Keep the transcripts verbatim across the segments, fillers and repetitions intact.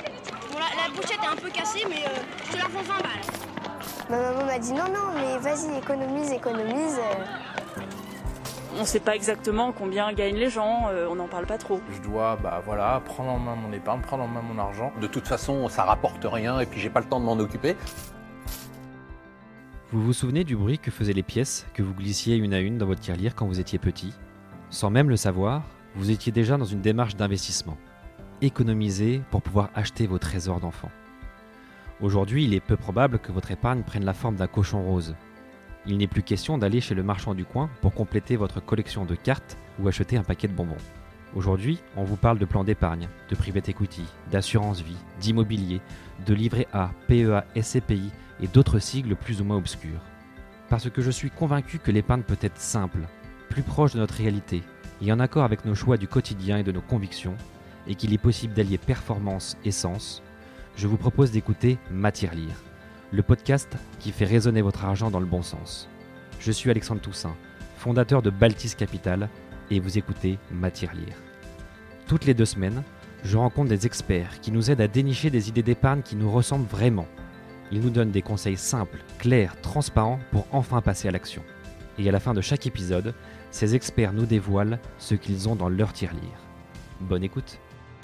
Bon, la, la bouchette est un peu cassée, mais euh, je te la revends vingt balles. Ma maman m'a dit non, non, mais vas-y, économise, économise. On ne sait pas exactement combien gagnent les gens, euh, on n'en parle pas trop. Je dois bah, voilà, prendre en main mon épargne, prendre en main mon argent. De toute façon, ça rapporte rien et puis j'ai pas le temps de m'en occuper. Vous vous souvenez du bruit que faisaient les pièces que vous glissiez une à une dans votre tirelire quand vous étiez petit ? Sans même le savoir, vous étiez déjà dans une démarche d'investissement. Économiser pour pouvoir acheter vos trésors d'enfant. Aujourd'hui, il est peu probable que votre épargne prenne la forme d'un cochon rose. Il n'est plus question d'aller chez le marchand du coin pour compléter votre collection de cartes ou acheter un paquet de bonbons. Aujourd'hui, on vous parle de plan d'épargne, de private equity, d'assurance vie, d'immobilier, de livret A, P E A, S C P I et d'autres sigles plus ou moins obscurs. Parce que je suis convaincu que l'épargne peut être simple, plus proche de notre réalité et en accord avec nos choix du quotidien et de nos convictions, et qu'il est possible d'allier performance et sens, je vous propose d'écouter Ma Tirelire, le podcast qui fait résonner votre argent dans le bon sens. Je suis Alexandre Toussaint, fondateur de Baltis Capital, et vous écoutez Ma Tirelire. Toutes les deux semaines, je rencontre des experts qui nous aident à dénicher des idées d'épargne qui nous ressemblent vraiment. Ils nous donnent des conseils simples, clairs, transparents pour enfin passer à l'action. Et à la fin de chaque épisode, ces experts nous dévoilent ce qu'ils ont dans leur tirelire. Bonne écoute.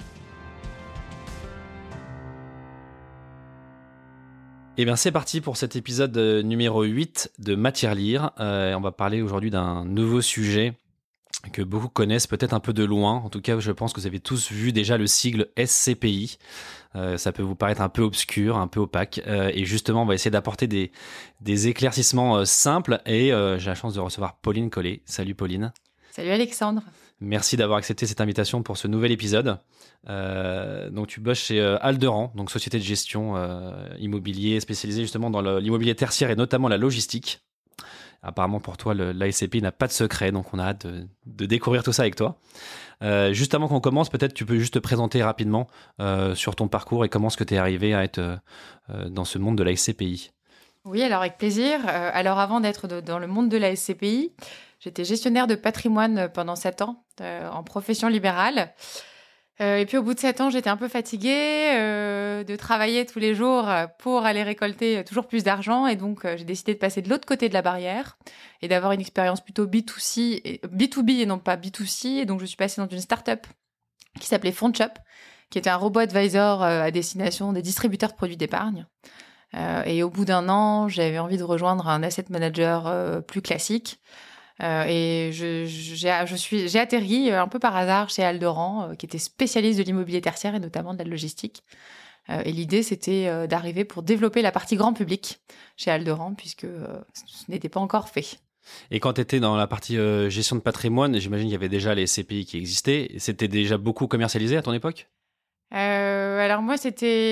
Et bien c'est parti pour cet épisode numéro huit de Ma Tirelire. Euh, on va parler aujourd'hui d'un nouveau sujet que beaucoup connaissent peut-être un peu de loin. En tout cas, je pense que vous avez tous vu déjà le sigle S C P I. Euh, ça peut vous paraître un peu obscur, un peu opaque. Euh, et justement, on va essayer d'apporter des, des éclaircissements euh, simples. Et euh, j'ai la chance de recevoir Pauline Collet. Salut Pauline. Salut Alexandre. Merci d'avoir accepté cette invitation pour ce nouvel épisode. Euh, donc tu bosses chez euh, Alderan, donc société de gestion euh, immobilier spécialisée justement dans le, l'immobilier tertiaire et notamment la logistique. Apparemment pour toi, le, l'A S C P I n'a pas de secret, donc on a hâte de, de découvrir tout ça avec toi. Euh, juste avant qu'on commence, peut-être tu peux juste te présenter rapidement euh, sur ton parcours et comment est-ce que tu es arrivé à être euh, dans ce monde de l'A S C P I. Oui, alors avec plaisir. Euh, alors avant d'être de, dans le monde de l'A S C P I, j'étais gestionnaire de patrimoine pendant sept ans euh, en profession libérale. Euh, et puis au bout de sept ans, j'étais un peu fatiguée euh, de travailler tous les jours pour aller récolter toujours plus d'argent. Et donc, euh, j'ai décidé de passer de l'autre côté de la barrière et d'avoir une expérience plutôt B deux C, et, B deux B et non pas B deux C. Et donc, je suis passée dans une start-up qui s'appelait FondShop, qui était un robot advisor euh, à destination des distributeurs de produits d'épargne. Euh, et au bout d'un an, j'avais envie de rejoindre un asset manager euh, plus classique. Euh, et je, j'ai, je suis, j'ai atterri un peu par hasard chez Alderan, euh, qui était spécialiste de l'immobilier tertiaire et notamment de la logistique. Euh, et l'idée, c'était euh, d'arriver pour développer la partie grand public chez Alderan, puisque euh, ce n'était pas encore fait. Et quand tu étais dans la partie euh, gestion de patrimoine, j'imagine qu'il y avait déjà les S C P I qui existaient. C'était déjà beaucoup commercialisé à ton époque ? euh, Alors moi,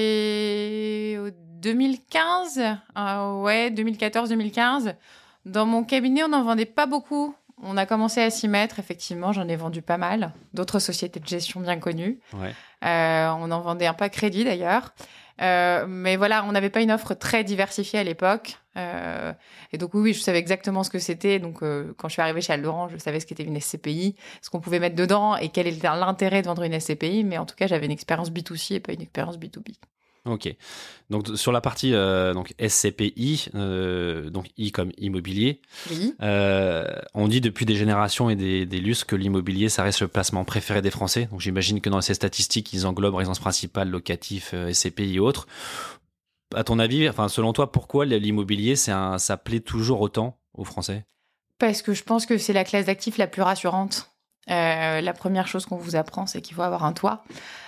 c'était deux mille quinze, euh, ouais, deux mille quatorze deux mille quinze. Dans mon cabinet, on n'en vendait pas beaucoup. On a commencé à s'y mettre, effectivement, j'en ai vendu pas mal. D'autres sociétés de gestion bien connues. Ouais. Euh, on en vendait un pas crédit, d'ailleurs. Euh, mais voilà, on n'avait pas une offre très diversifiée à l'époque. Euh, et donc oui, je savais exactement ce que c'était. Donc euh, quand je suis arrivée chez Alderan, je savais ce qu'était une S C P I, ce qu'on pouvait mettre dedans et quel était l'intérêt de vendre une S C P I. Mais en tout cas, j'avais une expérience B deux C et pas une expérience B deux B. Ok. Donc sur la partie euh, donc S C P I, euh, donc I comme immobilier, Oui. euh, on dit depuis des générations et des, des lustres que l'immobilier, ça reste le placement préféré des Français. Donc j'imagine que dans ces statistiques, ils englobent résidence principale, locatif, euh, S C P I et autres. À ton avis, enfin selon toi, pourquoi l'immobilier, c'est un, ça plaît toujours autant aux Français ? Parce que je pense que c'est la classe d'actifs la plus rassurante. Euh, la première chose qu'on vous apprend, c'est qu'il faut avoir un toit.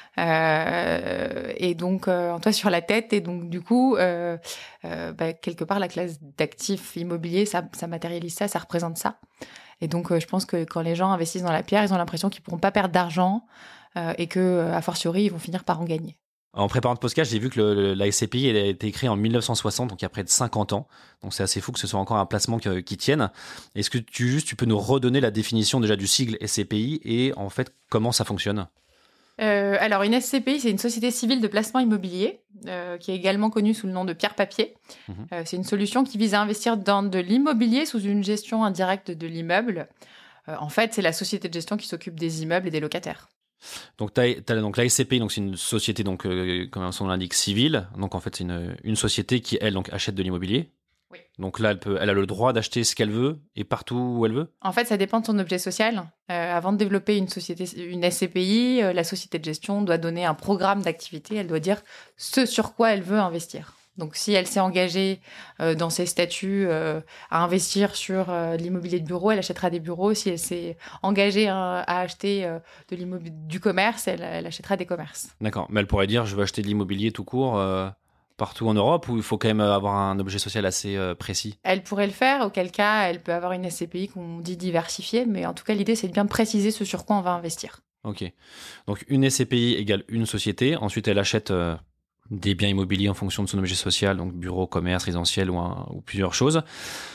Euh, et donc euh, un toit sur la tête, et donc du coup euh, euh, bah, quelque part la classe d'actifs immobiliers, ça, ça matérialise ça, ça représente ça. Et donc euh, je pense que quand les gens investissent dans la pierre, ils ont l'impression qu'ils pourront pas perdre d'argent euh, et que a fortiori ils vont finir par en gagner. En préparant le podcast, j'ai vu que le, le, la S C P I a été créée en mille neuf cent soixante, donc il y a près de cinquante ans. Donc c'est assez fou que ce soit encore un placement que, qui tienne. Est-ce que tu, juste, tu peux nous redonner la définition déjà du sigle S C P I et en fait comment ça fonctionne ? Euh, alors, une S C P I, c'est une société civile de placement immobilier euh, qui est également connue sous le nom de pierre-papier. Mmh. Euh, c'est une solution qui vise à investir dans de l'immobilier sous une gestion indirecte de l'immeuble. Euh, en fait, c'est la société de gestion qui s'occupe des immeubles et des locataires. Donc, t'as, t'as, donc la S C P I, donc c'est une société, donc, euh, comme son nom l'indique, civile. Donc, en fait, c'est une, une société qui, elle, donc, achète de l'immobilier. Oui. Donc là, elle, peut, elle a le droit d'acheter ce qu'elle veut et partout où elle veut. En fait, ça dépend de son objet social. Euh, avant de développer une société, une S C P I, euh, la société de gestion doit donner un programme d'activité. Elle doit dire ce sur quoi elle veut investir. Donc, si elle s'est engagée euh, dans ses statuts euh, à investir sur euh, l'immobilier de bureau, elle achètera des bureaux. Si elle s'est engagée euh, à acheter euh, de l'immobilier du commerce, elle, elle achètera des commerces. D'accord. Mais elle pourrait dire, je veux acheter de l'immobilier tout court euh, partout en Europe, ou il faut quand même avoir un objet social assez euh, précis? Elle pourrait le faire, auquel cas, elle peut avoir une S C P I qu'on dit diversifiée. Mais en tout cas, l'idée, c'est de bien préciser ce sur quoi on va investir. Ok. Donc, une S C P I égale une société. Ensuite, elle achète... Euh, des biens immobiliers en fonction de son objet social, donc bureau, commerce, résidentiel ou, un, ou plusieurs choses.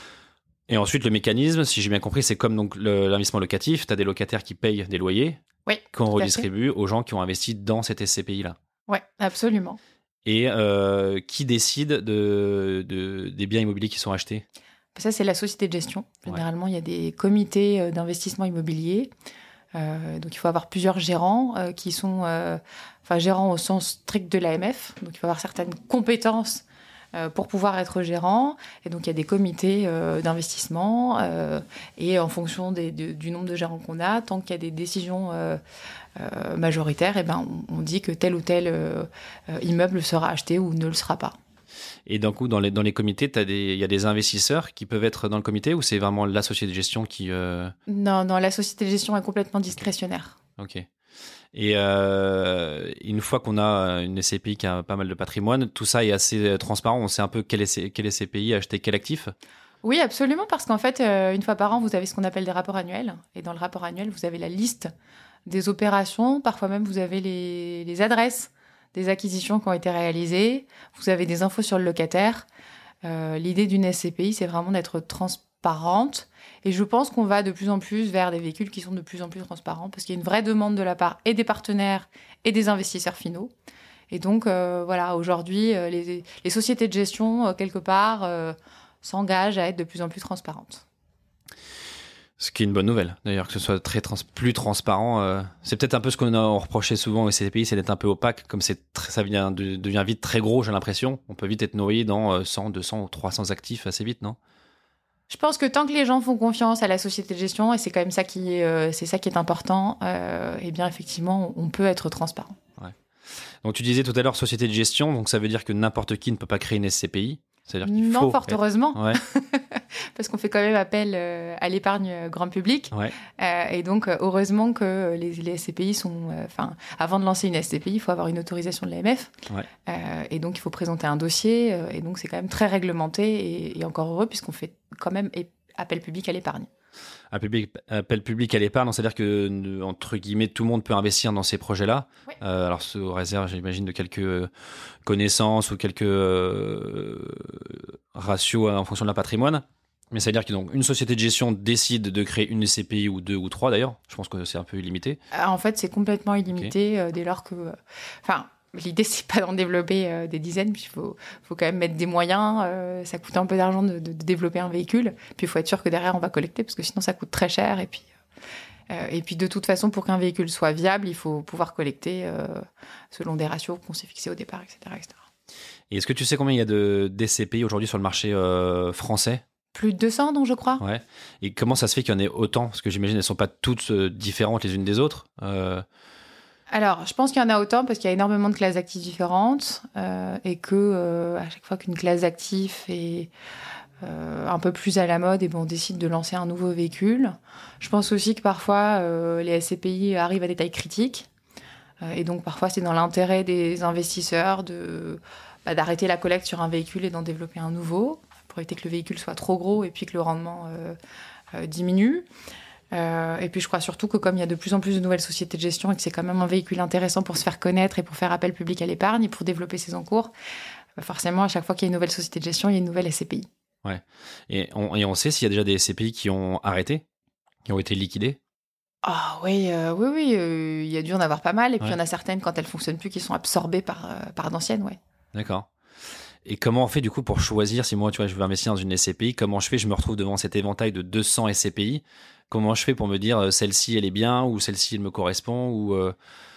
Et ensuite, le mécanisme, si j'ai bien compris, c'est comme donc le, l'investissement locatif. Tu as des locataires qui payent des loyers, oui, qu'on redistribue aux gens qui ont investi dans cette S C P I-là. Oui, absolument. Et euh, qui décide de, de, des biens immobiliers qui sont achetés? Ça, c'est la société de gestion. Généralement, ouais. Il y a des comités d'investissement immobilier. Euh, donc, il faut avoir plusieurs gérants euh, qui sont... Euh, enfin, gérants au sens strict de l'A M F. Donc, il faut avoir certaines compétences euh, pour pouvoir être gérant. Et donc, il y a des comités euh, d'investissement. Euh, et en fonction des, de, du nombre de gérants qu'on a, tant qu'il y a des décisions euh, euh, majoritaires, eh ben, on, on dit que tel ou tel euh, euh, immeuble sera acheté ou ne le sera pas. Et d'un coup, dans les, dans les comités, il y a des investisseurs qui peuvent être dans le comité, ou c'est vraiment la société de gestion qui... Euh... Non, non, la société de gestion est complètement discrétionnaire. Ok. Et euh, une fois qu'on a une S C P I qui a pas mal de patrimoine, tout ça est assez transparent. On sait un peu quelle S C P I a acheté quel actif? Oui, absolument, parce qu'en fait, euh, une fois par an, vous avez ce qu'on appelle des rapports annuels. Et dans le rapport annuel, vous avez la liste des opérations. Parfois même, vous avez les, les adresses des acquisitions qui ont été réalisées, vous avez des infos sur le locataire. Euh, l'idée d'une S C P I, c'est vraiment d'être transparente. Et je pense qu'on va de plus en plus vers des véhicules qui sont de plus en plus transparents, parce qu'il y a une vraie demande de la part et des partenaires et des investisseurs finaux. Et donc, euh, voilà, aujourd'hui, euh, les, les sociétés de gestion, euh, quelque part, euh, s'engagent à être de plus en plus transparentes. Ce qui est une bonne nouvelle, d'ailleurs, que ce soit très trans- plus transparent. Euh, c'est peut-être un peu ce qu'on a reproché souvent aux S C P I, c'est d'être un peu opaque. Comme c'est très, ça devient, de, devient vite très gros, j'ai l'impression. On peut vite être noyé dans cent, deux cents ou trois cents actifs assez vite, non? Je pense que tant que les gens font confiance à la société de gestion, et c'est quand même ça qui, euh, c'est ça qui est important, euh, eh bien, effectivement, on peut être transparent. Ouais. Donc, tu disais tout à l'heure société de gestion, donc ça veut dire que n'importe qui ne peut pas créer une S C P I? C'est-à-dire qu'il non, faut fort être... heureusement. Ouais. Parce qu'on fait quand même appel euh, à l'épargne grand public. Ouais. Euh, et donc, euh, heureusement que les, les S C P I sont... Enfin, euh, avant de lancer une S C P I, il faut avoir une autorisation de l'A M F. Ouais. Euh, et donc, il faut présenter un dossier. Euh, et donc, c'est quand même très réglementé. Et, et encore heureux, puisqu'on fait quand même appel public à l'épargne. Un public, appel public à l'épargne, c'est-à-dire que, entre guillemets, tout le monde peut investir dans ces projets-là. Oui. Euh, alors, sous réserve, j'imagine, de quelques connaissances ou quelques euh, ratios en fonction de leur patrimoine. Mais ça veut dire qu'une société de gestion décide de créer une S C P I ou deux ou trois, d'ailleurs. Je pense que c'est un peu illimité. En fait, c'est complètement illimité okay. euh, dès lors que... Enfin... Euh, L'idée, c'est pas d'en développer euh, des dizaines, puis il faut, faut quand même mettre des moyens. Euh, ça coûte un peu d'argent de, de, de développer un véhicule. Puis il faut être sûr que derrière, on va collecter, parce que sinon, ça coûte très cher. Et puis, euh, et puis de toute façon, pour qu'un véhicule soit viable, il faut pouvoir collecter euh, selon des ratios qu'on s'est fixés au départ, et cetera, et cetera. Et est-ce que tu sais combien il y a de D C P I aujourd'hui sur le marché euh, français? Plus de deux cents, donc, je crois. Ouais. Et comment ça se fait qu'il y en ait autant? Parce que j'imagine qu'elles ne sont pas toutes euh, différentes les unes des autres. Euh... Alors, je pense qu'il y en a autant parce qu'il y a énormément de classes d'actifs différentes euh, et que euh, à chaque fois qu'une classe d'actifs est euh, un peu plus à la mode, et ben on décide de lancer un nouveau véhicule. Je pense aussi que parfois euh, les S C P I arrivent à des tailles critiques euh, et donc parfois c'est dans l'intérêt des investisseurs de bah, d'arrêter la collecte sur un véhicule et d'en développer un nouveau pour éviter que le véhicule soit trop gros et puis que le rendement euh, euh, diminue. Euh, et puis je crois surtout que comme il y a de plus en plus de nouvelles sociétés de gestion et que c'est quand même un véhicule intéressant pour se faire connaître et pour faire appel public à l'épargne et pour développer ses encours, bah forcément à chaque fois qu'il y a une nouvelle société de gestion, il y a une nouvelle S C P I. Ouais. Et on, et on sait s'il y a déjà des S C P I qui ont arrêté, qui ont été liquidées? Ah oui, euh, oui, oui, euh, il y a dû en avoir pas mal et puis il ouais. y en a certaines quand elles fonctionnent plus qui sont absorbées par, euh, par d'anciennes, ouais. D'accord. Et comment on fait du coup pour choisir, si moi tu vois je veux investir dans une S C P I, comment je fais, je me retrouve devant cet éventail de deux cents S C P I, Comment je fais pour me dire euh, celle-ci elle est bien ou celle-ci elle me correspond ou euh...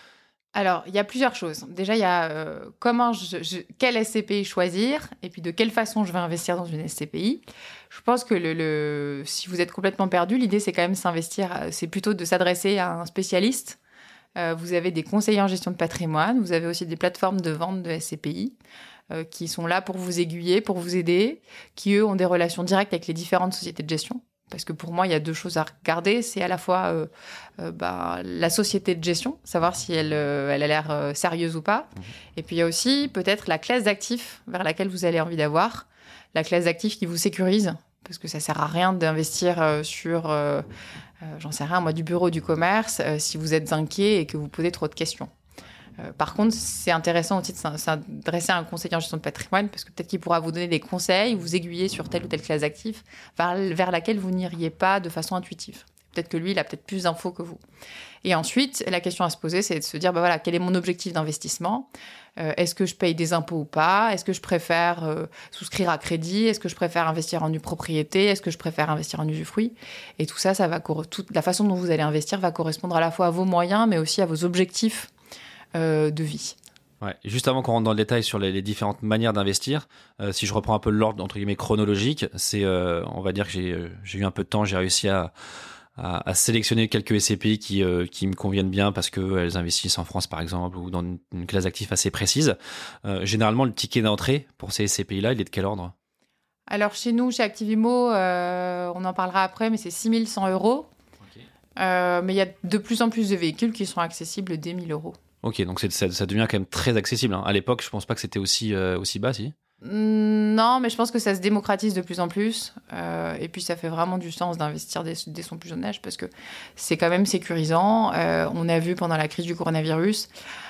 Alors, il y a plusieurs choses. Déjà, il y a euh, comment je, je, quelle S C P I choisir et puis de quelle façon je vais investir dans une S C P I. Je pense que le, le, si vous êtes complètement perdu, l'idée, c'est quand même s'investir, c'est plutôt de s'adresser à un spécialiste. Euh, vous avez des conseillers en gestion de patrimoine, vous avez aussi des plateformes de vente de S C P I euh, qui sont là pour vous aiguiller, pour vous aider, qui, eux, ont des relations directes avec les différentes sociétés de gestion. Parce que pour moi, il y a deux choses à regarder. C'est à la fois euh, euh, bah, la société de gestion, savoir si elle, euh, elle a l'air euh, sérieuse ou pas. Mmh. Et puis, il y a aussi peut-être la classe d'actifs vers laquelle vous avez envie d'avoir. La classe d'actifs qui vous sécurise, parce que ça ne sert à rien d'investir euh, sur, euh, euh, j'en sais rien, moi, du bureau du commerce, euh, si vous êtes inquiet et que vous posez trop de questions. Euh, par contre, c'est intéressant aussi de s'adresser à un conseiller en gestion de patrimoine parce que peut-être qu'il pourra vous donner des conseils, vous aiguiller sur telle ou telle classe d'actifs vers, vers laquelle vous n'iriez pas de façon intuitive. Peut-être que lui, il a peut-être plus d'infos que vous. Et ensuite, la question à se poser, c'est de se dire, bah voilà, quel est mon objectif d'investissement ? euh, Est-ce que je paye des impôts ou pas ? Est-ce que je préfère euh, souscrire à crédit ? Est-ce que je préfère investir en nue propriété ? Est-ce que je préfère investir en usufruit ? Et tout ça, ça va cor- toute la façon dont vous allez investir va correspondre à la fois à vos moyens, mais aussi à vos objectifs Euh, de vie. Ouais. Juste avant qu'on rentre dans le détail sur les, les différentes manières d'investir, euh, si je reprends un peu l'ordre entre guillemets chronologique, c'est, euh, on va dire que j'ai, j'ai eu un peu de temps, j'ai réussi à, à, à sélectionner quelques S C P I qui, euh, qui me conviennent bien parce qu'elles investissent en France par exemple ou dans une, une classe d'actifs assez précise. Euh, généralement, le ticket d'entrée pour ces S C P I-là, il est de quel ordre ? Alors chez nous, chez Activimo, euh, on en parlera après, mais c'est six mille cent euros. Okay. Euh, mais il y a de plus en plus de véhicules qui sont accessibles dès mille euros. Ok, donc c'est, ça, ça devient quand même très accessible. Hein. À l'époque, je pense pas que c'était aussi, euh, aussi bas, si ? Non, mais je pense que ça se démocratise de plus en plus. Euh, et puis, ça fait vraiment du sens d'investir dès, dès son plus jeune âge parce que c'est quand même sécurisant. Euh, on a vu pendant la crise du coronavirus,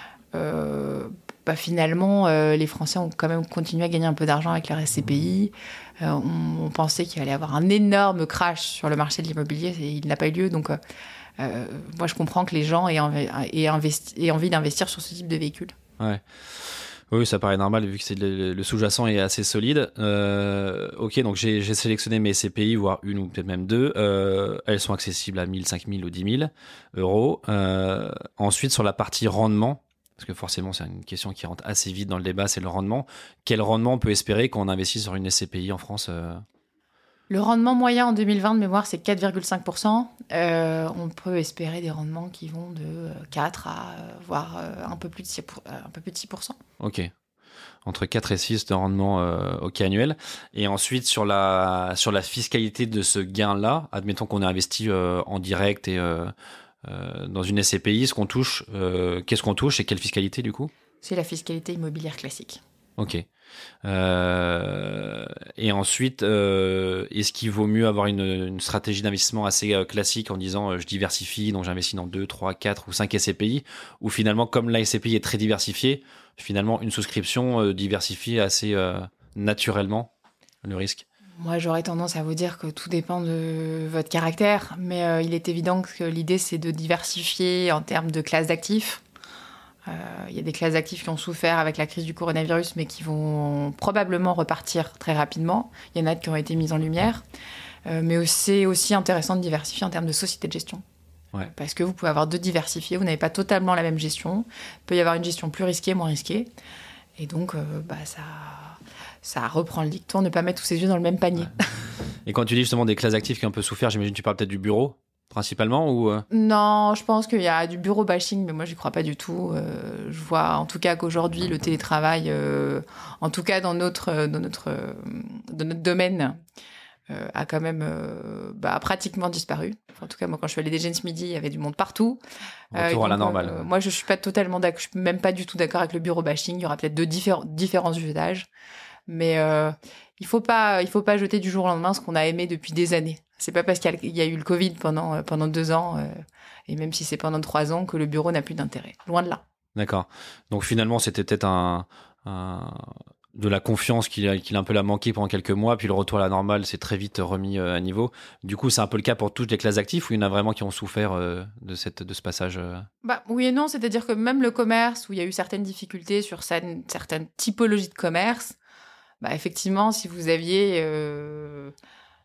euh, bah, finalement, euh, les Français ont quand même continué à gagner un peu d'argent avec leur S C P I. Euh, on, on pensait qu'il allait y avoir un énorme crash sur le marché de l'immobilier et il n'a pas eu lieu. Donc, euh, Euh, moi, je comprends que les gens aient envie, aient investi, aient envie d'investir sur ce type de véhicule. Ouais. Oui, ça paraît normal vu que c'est le, le sous-jacent est assez solide. Euh, ok, donc j'ai, j'ai sélectionné mes S C P I, voire une ou peut-être même deux. Euh, elles sont accessibles à mille, cinq mille ou dix mille euros. Euh, ensuite, sur la partie rendement, parce que forcément, c'est une question qui rentre assez vite dans le débat, c'est le rendement. Quel rendement on peut espérer quand on investit sur une S C P I en France euh Le rendement moyen en deux mille vingt de mémoire, c'est quatre virgule cinq pour cent. Euh, on peut espérer des rendements qui vont de quatre à voire un peu plus de six pour cent. Un peu plus de six pour cent. Ok. Entre quatre et six de rendement euh, ok annuel. Et ensuite, sur la, sur la fiscalité de ce gain-là, admettons qu'on ait investi euh, en direct et euh, euh, dans une S C P I, ce qu'on touche, euh, qu'est-ce qu'on touche et quelle fiscalité du coup ? C'est la fiscalité immobilière classique. Ok. Euh, et ensuite, euh, est-ce qu'il vaut mieux avoir une, une stratégie d'investissement assez euh, classique en disant euh, je diversifie, donc j'investis dans deux, trois, quatre ou cinq S C P I, ou finalement, comme la S C P I est très diversifiée, finalement, une souscription euh, diversifie assez euh, naturellement le risque ? Moi, j'aurais tendance à vous dire que tout dépend de votre caractère, mais euh, il est évident que l'idée, c'est de diversifier en termes de classes d'actifs. Il euh, y a des classes d'actifs qui ont souffert avec la crise du coronavirus, mais qui vont probablement repartir très rapidement. Il y en a qui ont été mises en lumière. Euh, mais c'est aussi intéressant de diversifier en termes de société de gestion. Ouais. Parce que vous pouvez avoir deux diversifiés, vous n'avez pas totalement la même gestion. Il peut y avoir une gestion plus risquée, moins risquée. Et donc, euh, bah, ça, ça reprend le dicton, ne pas mettre tous ses œufs dans le même panier. Ouais. Et quand tu dis justement des classes d'actifs qui ont un peu souffert, j'imagine que tu parles peut-être du bureau principalement ou euh... Non, je pense qu'il y a du bureau bashing, mais moi, j'y crois pas du tout. Euh, je vois en tout cas qu'aujourd'hui, le télétravail, euh, en tout cas dans notre, dans notre, dans notre domaine, euh, a quand même euh, bah, pratiquement disparu. Enfin, en tout cas, moi, quand je suis allée déjeuner ce midi, il y avait du monde partout. Retour euh, à la normale. Euh, moi, je suis pas totalement d'accord, je suis même pas du tout d'accord avec le bureau bashing. Il y aura peut-être de diffé- différents usages, mais euh, il faut pas, il faut pas jeter du jour au lendemain ce qu'on a aimé depuis des années. C'est pas parce qu'il y a, il y a eu le Covid pendant, pendant deux ans, euh, et même si c'est pendant trois ans, que le bureau n'a plus d'intérêt. Loin de là. D'accord. Donc finalement, c'était peut-être un, un, de la confiance qu'il a, qu'il a un peu la manqué pendant quelques mois, puis le retour à la normale s'est très vite remis à niveau. Du coup, c'est un peu le cas pour toutes les classes d'actifs, ou il y en a vraiment qui ont souffert euh, de, cette, de ce passage euh... bah, oui et non, c'est-à-dire que même le commerce, où il y a eu certaines difficultés sur certaines, certaines typologies de commerce, bah, effectivement, si vous aviez... Euh,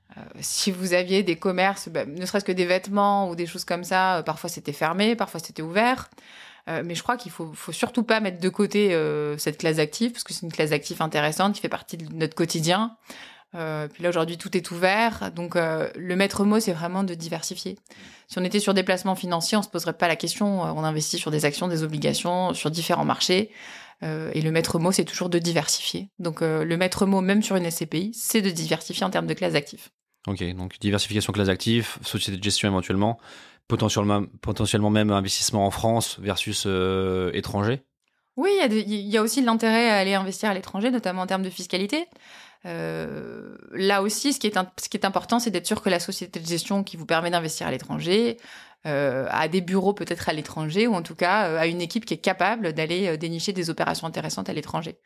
Euh, si vous aviez des commerces, bah, ne serait-ce que des vêtements ou des choses comme ça, euh, parfois c'était fermé, parfois c'était ouvert. Euh, mais je crois qu'il faut, faut surtout pas mettre de côté euh, cette classe d'actifs, parce que c'est une classe d'actifs intéressante qui fait partie de notre quotidien. Euh, puis là, aujourd'hui, tout est ouvert. Donc, euh, le maître mot, c'est vraiment de diversifier. Si on était sur des placements financiers, on se poserait pas la question. On investit sur des actions, des obligations, sur différents marchés. Euh, et le maître mot, c'est toujours de diversifier. Donc, euh, le maître mot, même sur une S C P I, c'est de diversifier en termes de classe d'actifs. Ok, donc diversification classe d'actifs, société de gestion éventuellement, potentiellement, potentiellement même investissement en France versus euh, étranger. Oui, il y a des- il y a aussi l'intérêt à aller investir à l'étranger, notamment en termes de fiscalité. Euh, là aussi, ce qui est, un- ce qui est important, c'est d'être sûr que la société de gestion qui vous permet d'investir à l'étranger euh, a des bureaux peut-être à l'étranger, ou en tout cas euh, a une équipe qui est capable d'aller euh, dénicher des opérations intéressantes à l'étranger.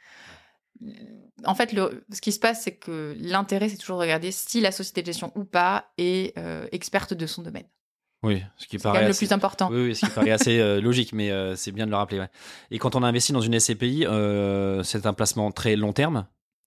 En fait, le, ce qui se passe, c'est que l'intérêt, c'est toujours de regarder si la société de gestion ou pas est euh, experte de son domaine. Oui, ce qui C'est quand paraît même assez... le plus important. Oui, oui, ce qui paraît assez euh, logique, mais euh, c'est bien de le rappeler. Ouais. Et quand on a investi dans une S C P I, euh, c'est un placement très long terme.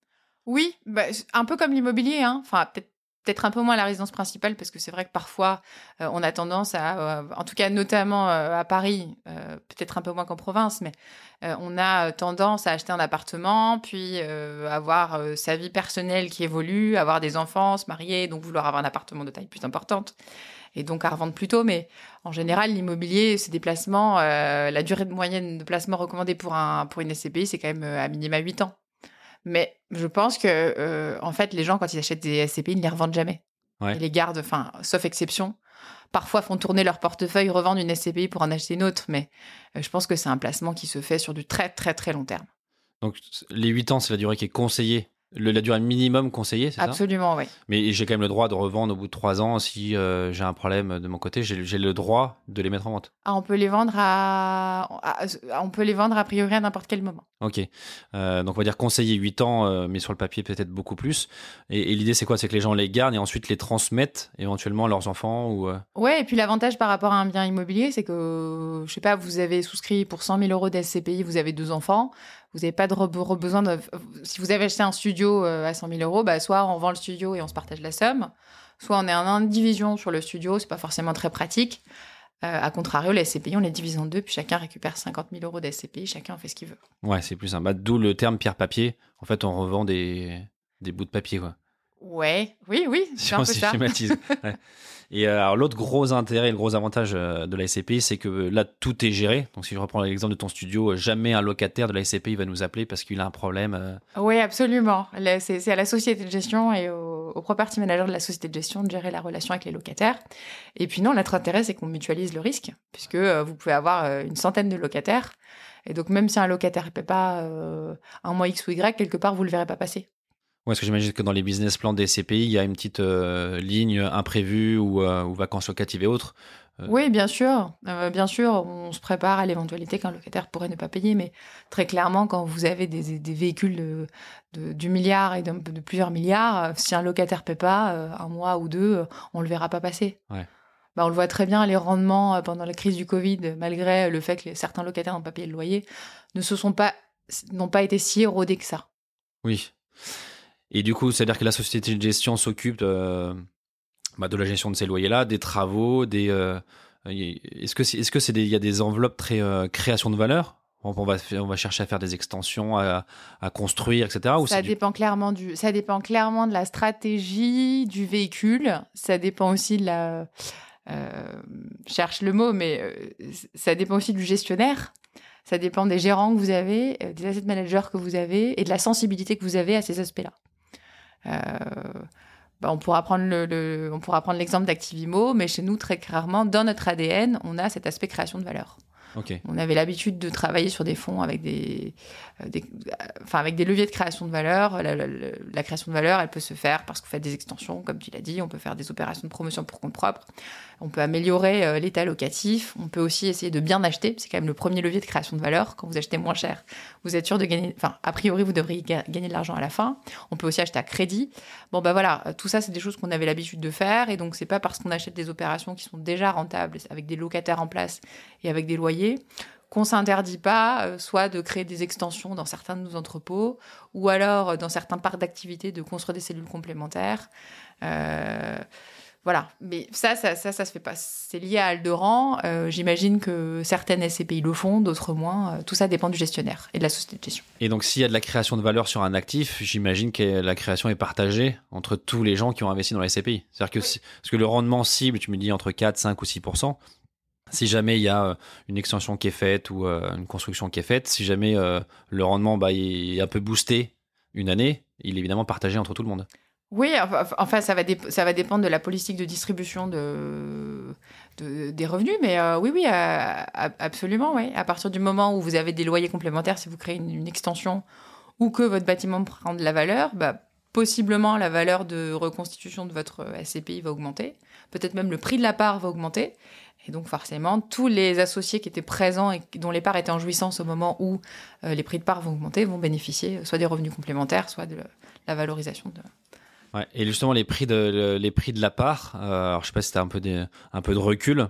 Oui, bah, un peu comme l'immobilier, hein. Enfin, peut-être peut-être un peu moins la résidence principale, parce que c'est vrai que parfois, euh, on a tendance à, euh, en tout cas notamment euh, à Paris, euh, peut-être un peu moins qu'en province, mais euh, on a tendance à acheter un appartement, puis euh, avoir euh, sa vie personnelle qui évolue, avoir des enfants, se marier, donc vouloir avoir un appartement de taille plus importante, et donc à revendre plus tôt. Mais en général, l'immobilier, c'est des placements, euh, la durée de moyenne de placement recommandée pour, un, pour une S C P I, c'est quand même euh, à minima huit ans. Mais je pense que, euh, en fait, les gens, quand ils achètent des S C P I, ils ne les revendent jamais. Ouais. Ils les gardent, enfin, sauf exception. Parfois, font tourner leur portefeuille, revendent une S C P I pour en acheter une autre. Mais euh, je pense que c'est un placement qui se fait sur du très, très, très long terme. Donc les huit ans, c'est la durée qui est conseillée, le, la durée minimum conseillée, c'est ça? Absolument, oui. Mais j'ai quand même le droit de revendre au bout de trois ans si euh, j'ai un problème de mon côté, j'ai, j'ai le droit de les mettre en vente. Ah, on peut les vendre à... à- on peut les vendre a priori à n'importe quel moment. Ok, euh, donc on va dire conseiller huit ans, euh, mais sur le papier peut-être beaucoup plus. Et, et l'idée c'est quoi? C'est que les gens les gardent et ensuite les transmettent éventuellement à leurs enfants ou euh... Ouais, et puis l'avantage par rapport à un bien immobilier, c'est que, je sais pas, vous avez souscrit pour cent mille euros d'S C P I, vous avez deux enfants, vous n'avez pas de re- re- besoin de... Si vous avez acheté un studio euh, à cent mille euros, bah, soit on vend le studio et on se partage la somme, soit on est en indivision sur le studio, c'est pas forcément très pratique. Euh, à contrario, les S C P I, on les divise en deux, puis chacun récupère cinquante mille euros d'S C P I, chacun fait ce qu'il veut. Ouais, c'est plus simple. Bah, d'où le terme pierre-papier. En fait, on revend des, des bouts de papier, quoi. Ouais, oui, oui, c'est Si un on peu ça. schématise. Ouais. Et euh, alors, l'autre gros intérêt, le gros avantage euh, de la S C P I, c'est que euh, là, tout est géré. Donc, si je reprends l'exemple de ton studio, euh, jamais un locataire de la S C P I va nous appeler parce qu'il a un problème. euh. Oui, absolument. Là, C'est c'est à la société de gestion et au, au property manager de la société de gestion de gérer la relation avec les locataires. Et puis non, notre intérêt, c'est qu'on mutualise le risque, puisque euh, vous pouvez avoir euh, une centaine de locataires. Et donc, même si un locataire ne paie pas euh, un mois X ou Y, quelque part, vous ne le verrez pas passer. Ouais, parce que j'imagine que dans les business plans des S C P I, il y a une petite euh, ligne imprévue ou, euh, ou vacances locatives et autres. Euh. Oui, bien sûr. Euh, bien sûr, on se prépare à l'éventualité qu'un locataire pourrait ne pas payer. Mais très clairement, quand vous avez des, des véhicules de, de, du milliard et de, de plusieurs milliards, euh, si un locataire ne paie pas, euh, un mois ou deux, euh, on ne le verra pas passer. Ouais. Bah, on le voit très bien, les rendements euh, pendant la crise du Covid, malgré le fait que les- certains locataires n'ont pas payé le loyer, ne se sont pas, n'ont pas été si érodés que ça. Oui. Et du coup, c'est-à-dire que la société de gestion s'occupe de, bah, de la gestion de ces loyers-là, des travaux, des. euh, est-ce que c'est, est-ce que c'est des, il y a des enveloppes très euh, création de valeur? On va, on va chercher à faire des extensions, à, à construire, et cetera. Ou Ça c'est du- dépend clairement du, ça dépend clairement de la stratégie du véhicule. Ça dépend aussi de la, euh, je cherche le mot, mais euh, ça dépend aussi du gestionnaire. Ça dépend des gérants que vous avez, euh, des asset managers que vous avez et de la sensibilité que vous avez à ces aspects-là. Euh, bah, on pourra prendre le, le- on pourra prendre l'exemple d'Activimo, mais chez nous, très clairement, dans notre A D N, on a cet aspect création de valeur. Ok. On avait l'habitude de travailler sur des fonds avec des, euh, des, euh, enfin avec des leviers de création de valeur. La, la- la- la création de valeur, elle peut se faire parce que vous faites des extensions, comme tu l'as dit. On peut faire des opérations de promotion pour compte propre. On peut améliorer euh, l'état locatif. On peut aussi essayer de bien acheter. C'est quand même le premier levier de création de valeur. Quand vous achetez moins cher, vous êtes sûr de gagner. Enfin, a priori, vous devriez ga- gagner de l'argent à la fin. On peut aussi acheter à crédit. Bon, bah voilà, tout ça, c'est des choses qu'on avait l'habitude de faire. Et donc, c'est pas parce qu'on achète des opérations qui sont déjà rentables, avec des locataires en place et avec des loyers, qu'on s'interdit pas, euh, soit de créer des extensions dans certains de nos entrepôts, ou alors euh, dans certains parcs d'activité de construire des cellules complémentaires. Euh, voilà, mais ça, ça, ça, ça se fait pas. C'est lié à Alderan. Euh, j'imagine que certaines S C P I le font, d'autres moins. Euh, tout ça dépend du gestionnaire et de la société de gestion. Et donc, s'il y a de la création de valeur sur un actif, j'imagine que la création est partagée entre tous les gens qui ont investi dans la S C P I. C'est-à-dire que, oui. si, parce que le rendement cible, tu me dis entre quatre, cinq ou six pour cent. Si jamais il y a une extension qui est faite ou euh, une construction qui est faite, si jamais euh, le rendement bah, est un peu boosté une année, il est évidemment partagé entre tout le monde. Oui, enfin, ça va, dé- ça va dépendre de la politique de distribution de, de, des revenus, mais euh, oui, oui, euh, absolument, oui. À partir du moment où vous avez des loyers complémentaires, si vous créez une, une extension ou que votre bâtiment prend de la valeur, bah, possiblement la valeur de reconstitution de votre S C P I va augmenter. Peut-être même le prix de la part va augmenter. Et donc forcément, tous les associés qui étaient présents et dont les parts étaient en jouissance au moment où euh, les prix de part vont augmenter vont bénéficier soit des revenus complémentaires, soit de la valorisation de... Ouais, et justement, les prix de, les prix de la part, euh, alors je sais pas si tu as un peu, des, un peu de recul,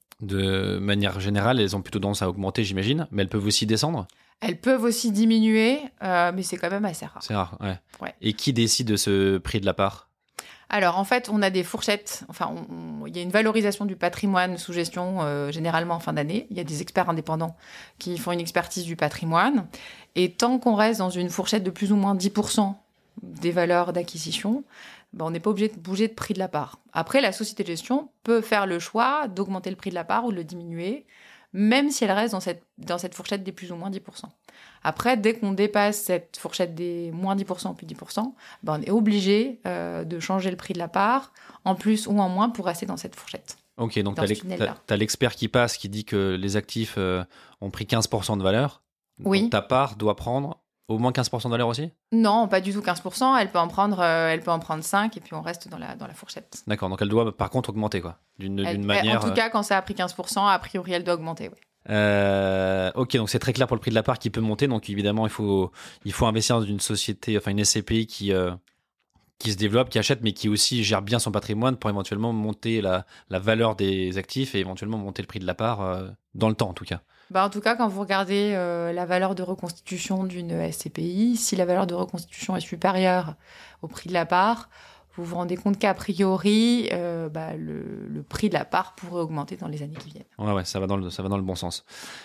de manière générale, elles ont plutôt tendance à augmenter, j'imagine, mais elles peuvent aussi descendre. Elles peuvent aussi diminuer, euh, mais c'est quand même assez rare. C'est rare, ouais. ouais. Et qui décide de ce prix de la part ? Alors, en fait, on a des fourchettes. Enfin, on, on, il y a une valorisation du patrimoine sous gestion, euh, généralement en fin d'année. Il y a des experts indépendants qui font une expertise du patrimoine. Et tant qu'on reste dans une fourchette de plus ou moins dix pour cent des valeurs d'acquisition, ben, on n'est pas obligé de bouger de prix de la part. Après, la société de gestion peut faire le choix d'augmenter le prix de la part ou de le diminuer, même si elle reste dans cette, dans cette fourchette des plus ou moins dix pour cent. Après, dès qu'on dépasse cette fourchette des moins dix pour cent puis dix pour cent, ben on est obligé euh, de changer le prix de la part, en plus ou en moins, pour rester dans cette fourchette. Ok, donc tu as l'expert qui passe, qui dit que les actifs euh, ont pris quinze pour cent de valeur. Oui. Donc ta part doit prendre au moins quinze pour cent de valeur aussi ? Non, pas du tout quinze pour cent. Elle peut en prendre, euh, elle peut en prendre cinq et puis on reste dans la, dans la fourchette. D'accord, donc elle doit par contre augmenter, quoi, d'une, elle, d'une manière... En tout cas, quand ça a pris quinze pour cent, a priori, elle doit augmenter, oui. Euh, ok, donc c'est très clair pour le prix de la part qui peut monter. Donc évidemment, il faut, il faut investir dans une société, enfin une S C P I qui, euh, qui se développe, qui achète, mais qui aussi gère bien son patrimoine pour éventuellement monter la, la valeur des actifs et éventuellement monter le prix de la part euh, dans le temps, en tout cas. Bah en tout cas, quand vous regardez euh, la valeur de reconstitution d'une S C P I, si la valeur de reconstitution est supérieure au prix de la part, vous vous rendez compte qu'a priori, euh, bah, le, le prix de la part pourrait augmenter dans les années qui viennent. Ouais, ouais, ça va dans le, ça va dans le bon sens.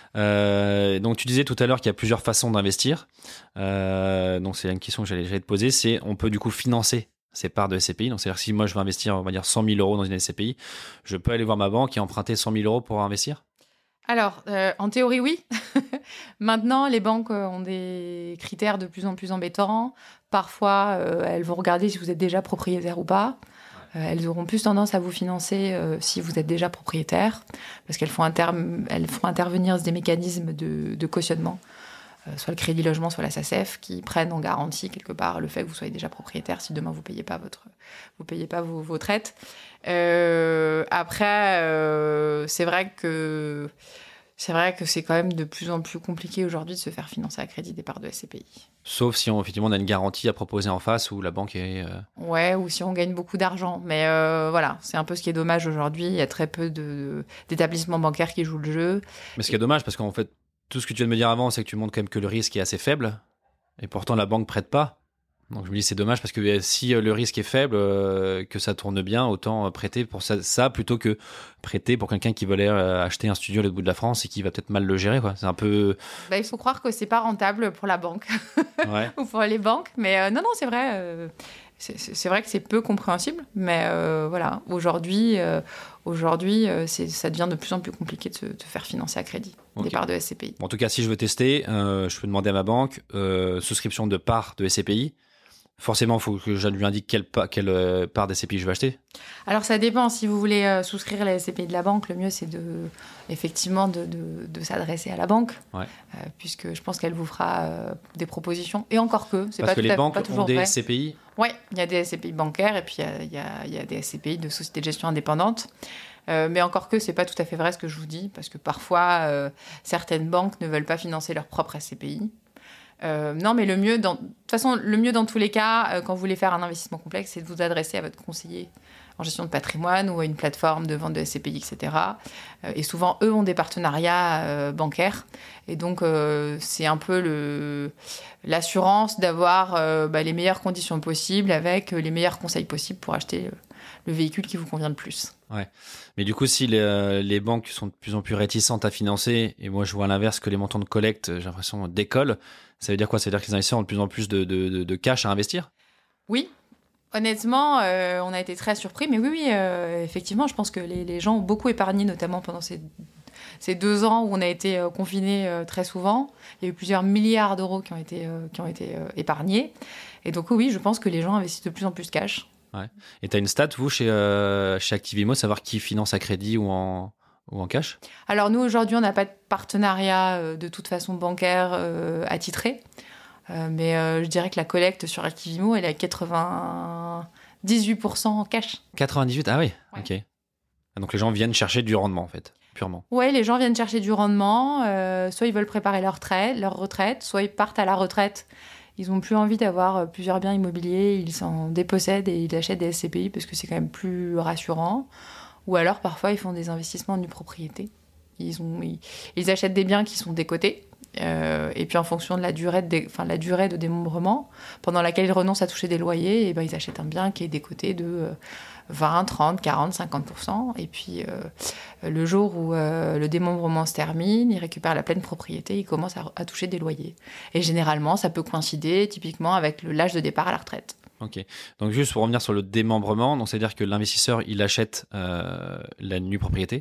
Euh, donc, tu disais tout à l'heure qu'il y a plusieurs façons d'investir. Euh, donc, c'est une question que j'allais, j'allais te poser. C'est, on peut du coup financer ces parts de S C P I. Donc, c'est-à-dire si moi, je veux investir, on va dire cent mille euros dans une S C P I, je peux aller voir ma banque et emprunter cent mille euros pour investir ? Alors, euh, en théorie, oui. Maintenant, les banques ont des critères de plus en plus embêtants. Parfois, euh, elles vont regarder si vous êtes déjà propriétaire ou pas. Euh, elles auront plus tendance à vous financer euh, si vous êtes déjà propriétaire, parce qu'elles font, inter- elles font intervenir des mécanismes de, de cautionnement, euh, soit le crédit logement, soit la S A C E F, qui prennent en garantie quelque part le fait que vous soyez déjà propriétaire si demain vous payez pas votre, vous payez pas vos, vos traites. Euh, après, euh, c'est vrai que c'est vrai que c'est quand même de plus en plus compliqué aujourd'hui de se faire financer à crédit des parts de S C P I. Sauf si on, effectivement on a une garantie à proposer en face où la banque est... Euh... Ouais, ou si on gagne beaucoup d'argent. Mais euh, voilà, c'est un peu ce qui est dommage aujourd'hui. Il y a très peu de, d'établissements bancaires qui jouent le jeu. Mais ce qui est dommage, parce qu'en fait, tout ce que tu viens de me dire avant, c'est que tu montres quand même que le risque est assez faible. Et pourtant, la banque prête pas. Donc je me dis c'est dommage parce que si le risque est faible, euh, que ça tourne bien, autant prêter pour ça, ça plutôt que prêter pour quelqu'un qui veut acheter un studio à l'autre bout de la France et qui va peut-être mal le gérer, quoi. C'est un peu... Bah, il faut croire que c'est pas rentable pour la banque ouais. ou pour les banques. Mais euh, non, non, c'est vrai. Euh, c'est, c'est vrai que c'est peu compréhensible. Mais euh, voilà, aujourd'hui, euh, aujourd'hui euh, c'est, ça devient de plus en plus compliqué de se de faire financer à crédit okay. des parts de S C P I. Bon, en tout cas, si je veux tester, euh, je peux demander à ma banque euh, souscription de parts de S C P I. Forcément, il faut que je lui indique quelle, pa- quelle euh, part d'S C P I je veux acheter. Alors, ça dépend. Si vous voulez euh, souscrire la S C P I de la banque, le mieux, c'est de, effectivement de, de, de s'adresser à la banque, ouais. euh, puisque je pense qu'elle vous fera euh, des propositions. Et encore que, c'est Parce pas, que tout les à, banques pas toujours ont des vrai. S C P I. Oui, il y a des S C P I bancaires et puis il y, y, y a des S C P I de sociétés de gestion indépendantes. Euh, mais encore que, c'est pas tout à fait vrai ce que je vous dis, parce que parfois, euh, certaines banques ne veulent pas financer leur propre S C P I. Euh, non, mais le mieux, dans, de toute façon, le mieux dans tous les cas, euh, quand vous voulez faire un investissement complexe, c'est de vous adresser à votre conseiller en gestion de patrimoine ou à une plateforme de vente de S C P I, et cetera. Euh, et souvent, eux ont des partenariats euh, bancaires. Et donc, euh, c'est un peu le, l'assurance d'avoir euh, bah, les meilleures conditions possibles avec les meilleurs conseils possibles pour acheter euh, le véhicule qui vous convient le plus. Ouais. Mais du coup, si les, euh, les banques sont de plus en plus réticentes à financer, et moi je vois à l'inverse que les montants de collecte, j'ai l'impression, décollent, ça veut dire quoi? Ça veut dire que les investisseurs ont de plus en plus de, de, de, de cash à investir? Oui. Honnêtement, euh, on a été très surpris. Mais oui, oui euh, effectivement, je pense que les, les gens ont beaucoup épargné, notamment pendant ces, ces deux ans où on a été euh, confinés euh, très souvent. Il y a eu plusieurs milliards d'euros qui ont été, euh, qui ont été euh, épargnés. Et donc oui, je pense que les gens investissent de plus en plus cash. Ouais. Et tu as une stat, vous, chez, euh, chez Activimo, savoir qui finance à crédit ou en, ou en cash? Alors nous, aujourd'hui, on n'a pas de partenariat euh, de toute façon bancaire euh, attitré. Euh, mais euh, je dirais que la collecte sur Activimo, elle est à quatre-vingt-dix-huit pour cent en cash. quatre-vingt-dix-huit? Ah oui, Ouais. ok. Donc les gens viennent chercher du rendement, en fait, purement. Oui, les gens viennent chercher du rendement. Euh, soit ils veulent préparer leur retraite, leur retraite, soit ils partent à la retraite. Ils n'ont plus envie d'avoir plusieurs biens immobiliers, ils s'en dépossèdent et ils achètent des S C P I parce que c'est quand même plus rassurant. Ou alors, parfois, ils font des investissements en nue propriété. Ils, ont, ils, ils achètent des biens qui sont décotés. Euh, et puis, en fonction de la durée de, dé, enfin, la durée de démembrement, pendant laquelle ils renoncent à toucher des loyers, et ben, ils achètent un bien qui est décoté de euh, vingt, trente, quarante, cinquante pour cent. Et puis, euh, le jour où euh, le démembrement se termine, ils récupèrent la pleine propriété, ils commencent à, à toucher des loyers. Et généralement, ça peut coïncider typiquement avec le, l'âge de départ à la retraite. Ok. Donc, juste pour revenir sur le démembrement, donc c'est-à-dire que l'investisseur, il achète euh, la nue propriété.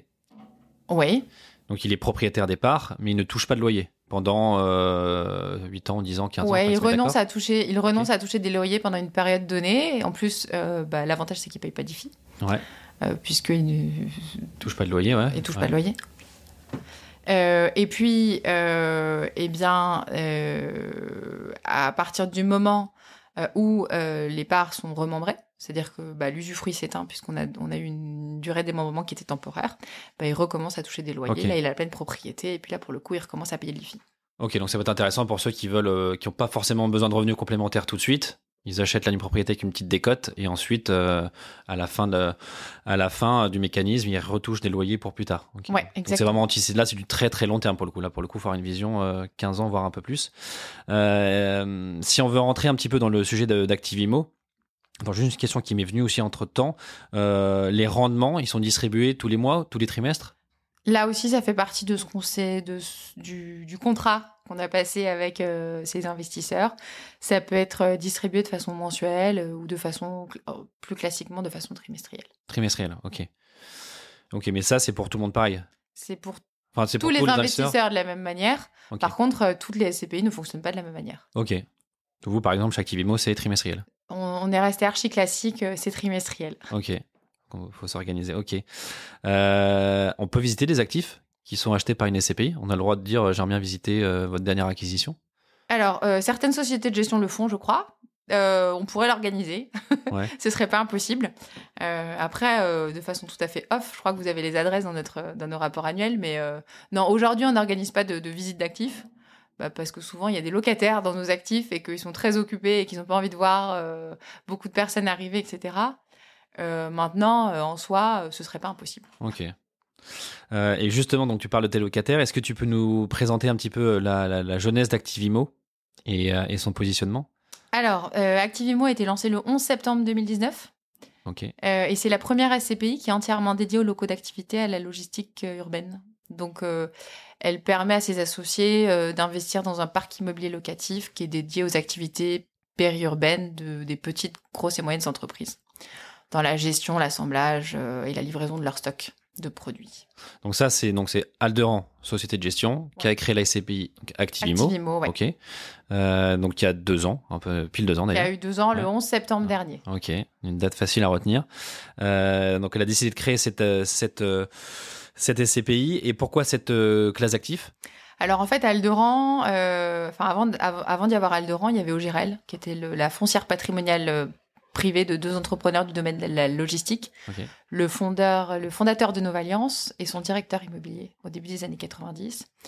Oui. Donc, il est propriétaire des parts, mais il ne touche pas de loyer pendant euh, huit ans, dix ans, quinze ouais, ans. Ouais, il renonce, à toucher, il renonce okay. à toucher des loyers pendant une période donnée. Et en plus, euh, bah, l'avantage, c'est qu'il ne paye pas d'I F I. Ouais. Euh, puisqu'il ne touche pas de loyer, ouais. Il ne touche ouais. pas de loyer. Euh, et puis, euh, eh bien, euh, à partir du moment euh, où euh, les parts sont remembrées, c'est-à-dire que bah, l'usufruit s'éteint puisqu'on a, on a eu une durée de démembrement qui était temporaire, bah, il recommence à toucher des loyers. Okay. Là, il a la pleine propriété et puis là, pour le coup, il recommence à payer l'I F I. Ok, donc ça va être intéressant pour ceux qui veulent, euh, qui n'ont pas forcément besoin de revenus complémentaires tout de suite. Ils achètent la nue propriété avec une petite décote et ensuite, euh, à la fin de, à la fin du mécanisme, ils retouchent des loyers pour plus tard. Okay. Ouais, exactement. Donc c'est vraiment anti. Là, c'est du très très long terme pour le coup. Là, pour le coup, il faut avoir une vision euh, quinze ans, voire un peu plus. Euh, si on veut rentrer un petit peu dans le sujet de, d'Activimo, enfin, juste une question qui m'est venue aussi entre temps. Euh, les rendements, ils sont distribués tous les mois, tous les trimestres? Là aussi, ça fait partie de ce qu'on sait, de, du, du contrat qu'on a passé avec euh, ces investisseurs. Ça peut être distribué de façon mensuelle euh, ou de façon, plus classiquement, de façon trimestrielle. Trimestrielle, ok. Ok, mais ça, c'est pour tout le monde pareil? C'est pour, enfin, c'est tous pour les tous investisseurs, investisseurs de la même manière. Okay. Par contre, euh, toutes les S C P I ne fonctionnent pas de la même manière. Ok. Vous, par exemple, chez Activimo, c'est trimestriel? On, on est resté archi classique, euh, c'est trimestriel. Ok. Il faut s'organiser, ok. Euh, on peut visiter des actifs qui sont achetés par une S C P I? On a le droit de dire, j'aimerais bien visiter euh, votre dernière acquisition? Alors, euh, certaines sociétés de gestion le font, je crois. Euh, on pourrait l'organiser. Ouais. Ce serait pas impossible. Euh, après, euh, de façon tout à fait off, je crois que vous avez les adresses dans, notre, dans nos rapports annuels. Mais euh, non, aujourd'hui, on n'organise pas de, de visite d'actifs. Bah parce que souvent, il y a des locataires dans nos actifs et qu'ils sont très occupés et qu'ils n'ont pas envie de voir euh, beaucoup de personnes arriver, et cetera. Euh, maintenant, euh, en soi, euh, ce serait pas impossible. Ok. Euh, et justement, donc tu parles de tes locataires. Est-ce que tu peux nous présenter un petit peu la, la, la jeunesse d'Activimo et, euh, et son positionnement? Alors, euh, Activimo a été lancé le onze septembre deux mille dix-neuf. Ok. Euh, et c'est la première S C P I qui est entièrement dédiée aux locaux d'activité à la logistique euh, urbaine. Donc, euh, elle permet à ses associés euh, d'investir dans un parc immobilier locatif qui est dédié aux activités périurbaines de, des petites, grosses et moyennes entreprises, dans la gestion, l'assemblage euh, et la livraison de leur stock de produits. Donc ça, c'est donc c'est Alderan, société de gestion, ouais. qui a créé la S C P I Activimo. Activimo, ouais. Ok. Euh, donc il y a deux ans, un peu pile deux ans d'ailleurs. Il y a eu deux ans, ouais. le onze septembre ah. dernier. Ok, une date facile à retenir. Euh, donc elle a décidé de créer cette cette cette S C P I. Et pourquoi cette euh, classe d'actifs? Alors en fait, Alderan, euh, enfin avant avant d'y avoir Alderan, il y avait Ogirel, qui était le, la foncière patrimoniale euh, privé de deux entrepreneurs du domaine de la logistique, okay. le, fondeur, le fondateur de Novalliance et son directeur immobilier au début des années quatre-vingt-dix.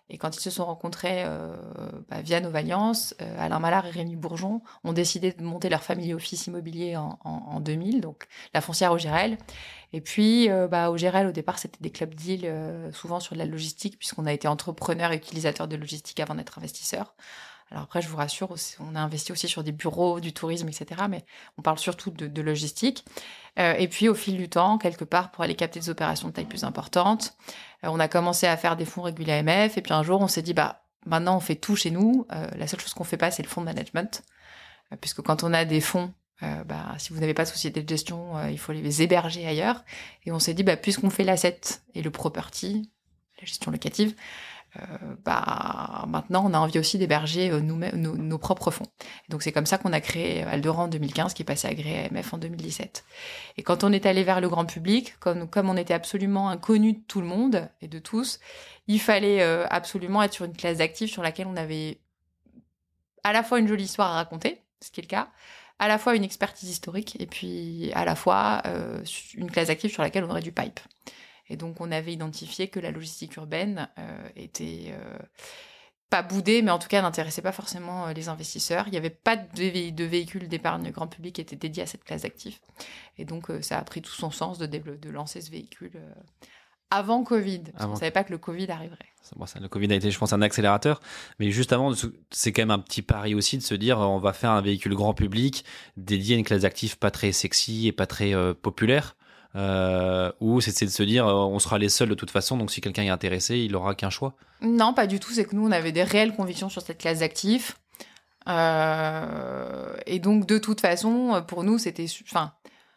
Et quand ils se sont rencontrés euh, bah, via Novalliance, euh, Alain Mallard et Rémi Bourgeon ont décidé de monter leur family office immobilier en, en, en deux mille, donc la foncière au Gérel. Et puis, euh, bah, au Gérel, au départ, c'était des club deals, euh, souvent sur de la logistique, puisqu'on a été entrepreneur et utilisateur de logistique avant d'être investisseur. Alors après, je vous rassure, on a investi aussi sur des bureaux, du tourisme, et cetera. Mais on parle surtout de, de logistique. Euh, et puis, au fil du temps, quelque part, pour aller capter des opérations de taille plus importante, euh, on a commencé à faire des fonds régulés A M F. Et puis un jour, on s'est dit, bah, maintenant, on fait tout chez nous. Euh, la seule chose qu'on fait pas, c'est le fonds de management. Euh, puisque quand on a des fonds, euh, bah, si vous n'avez pas de société de gestion, euh, il faut les héberger ailleurs. Et on s'est dit, bah, puisqu'on fait l'asset et le property, la gestion locative, Euh, bah, maintenant, on a envie aussi d'héberger euh, nous nos, nos propres fonds. Et donc, c'est comme ça qu'on a créé Alderan en deux mille quinze, qui est passé agréé A M F en deux mille dix-sept. Et quand on est allé vers le grand public, comme, comme on était absolument inconnu de tout le monde et de tous, il fallait euh, absolument être sur une classe d'actifs sur laquelle on avait à la fois une jolie histoire à raconter, ce qui est le cas, à la fois une expertise historique, et puis à la fois euh, une classe d'actifs sur laquelle on aurait du pipe. Et donc, on avait identifié que la logistique urbaine euh, était euh, pas boudée, mais en tout cas, n'intéressait pas forcément euh, les investisseurs. Il n'y avait pas de, vé- de véhicule d'épargne grand public qui était dédié à cette classe d'actifs. Et donc, euh, ça a pris tout son sens de, dévelop- de lancer ce véhicule euh, avant Covid. Parce Avant. qu'on ne savait pas que le Covid arriverait. Bon, ça, le Covid a été, je pense, un accélérateur. Mais juste avant, c'est quand même un petit pari aussi de se dire on va faire un véhicule grand public dédié à une classe d'actifs pas très sexy et pas très euh, populaire. Euh, ou c'est de se dire euh, on sera les seuls de toute façon, donc si quelqu'un est intéressé, il n'aura qu'un choix. Non, pas du tout. C'est que nous, on avait des réelles convictions sur cette classe d'actifs. Euh, et donc, de toute façon, pour nous, c'était... Enfin,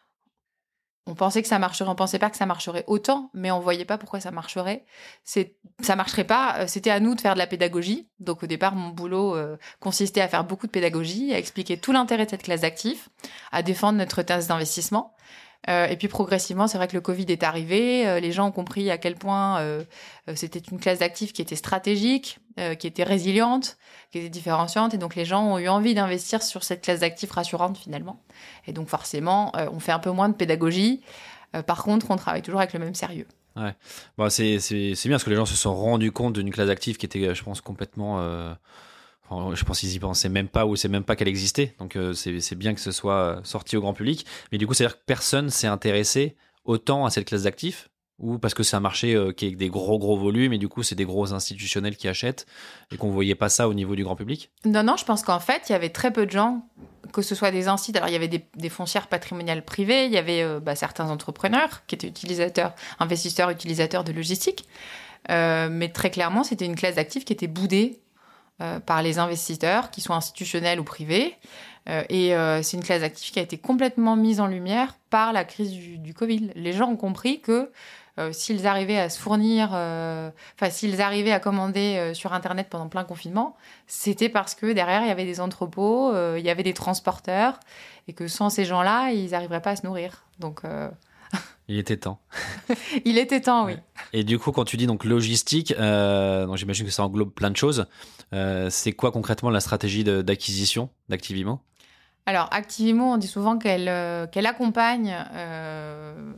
on pensait que ça marcherait, on pensait pas que ça marcherait autant, mais on voyait pas pourquoi ça marcherait. C'est, ça marcherait pas, c'était à nous de faire de la pédagogie. Donc, au départ, mon boulot euh, consistait à faire beaucoup de pédagogie, à expliquer tout l'intérêt de cette classe d'actifs, à défendre notre thèse d'investissement. Euh, et puis progressivement, c'est vrai que le Covid est arrivé, euh, les gens ont compris à quel point euh, euh, c'était une classe d'actifs qui était stratégique, euh, qui était résiliente, qui était différenciante, et donc les gens ont eu envie d'investir sur cette classe d'actifs rassurante finalement. Et donc forcément, euh, on fait un peu moins de pédagogie, euh, par contre, on travaille toujours avec le même sérieux. Ouais, bon, c'est, c'est, c'est bien parce que les gens se sont rendus compte d'une classe d'actifs qui était, je pense, complètement... Euh... Je pense qu'ils y pensaient même pas ou c'est même pas qu'elle existait. Donc euh, c'est, c'est bien que ce soit sorti au grand public. Mais du coup, c'est-à-dire que personne s'est intéressé autant à cette classe d'actifs ou parce que c'est un marché euh, qui est avec des gros gros volumes et du coup c'est des gros institutionnels qui achètent et qu'on voyait pas ça au niveau du grand public. Non, non, je pense qu'en fait, il y avait très peu de gens, que ce soit des instituts. Alors il y avait des, des foncières patrimoniales privées, il y avait euh, bah, certains entrepreneurs qui étaient utilisateurs, investisseurs, utilisateurs de logistique. Euh, mais très clairement, c'était une classe d'actifs qui était boudée Euh, par les investisseurs, qui sont institutionnels ou privés. Euh, et euh, c'est une classe d'actifs qui a été complètement mise en lumière par la crise du, du Covid. Les gens ont compris que euh, s'ils arrivaient à se fournir, enfin euh, s'ils arrivaient à commander euh, sur Internet pendant plein confinement, c'était parce que derrière, il y avait des entrepôts, euh, il y avait des transporteurs, et que sans ces gens-là, ils n'arriveraient pas à se nourrir. Donc... Euh... Il était temps. Il était temps, oui. Et du coup, quand tu dis donc logistique, euh, donc j'imagine que ça englobe plein de choses. Euh, c'est quoi concrètement la stratégie de, d'acquisition d'Activimo ? Alors, Activimo, on dit souvent qu'elle, euh, qu'elle accompagne euh,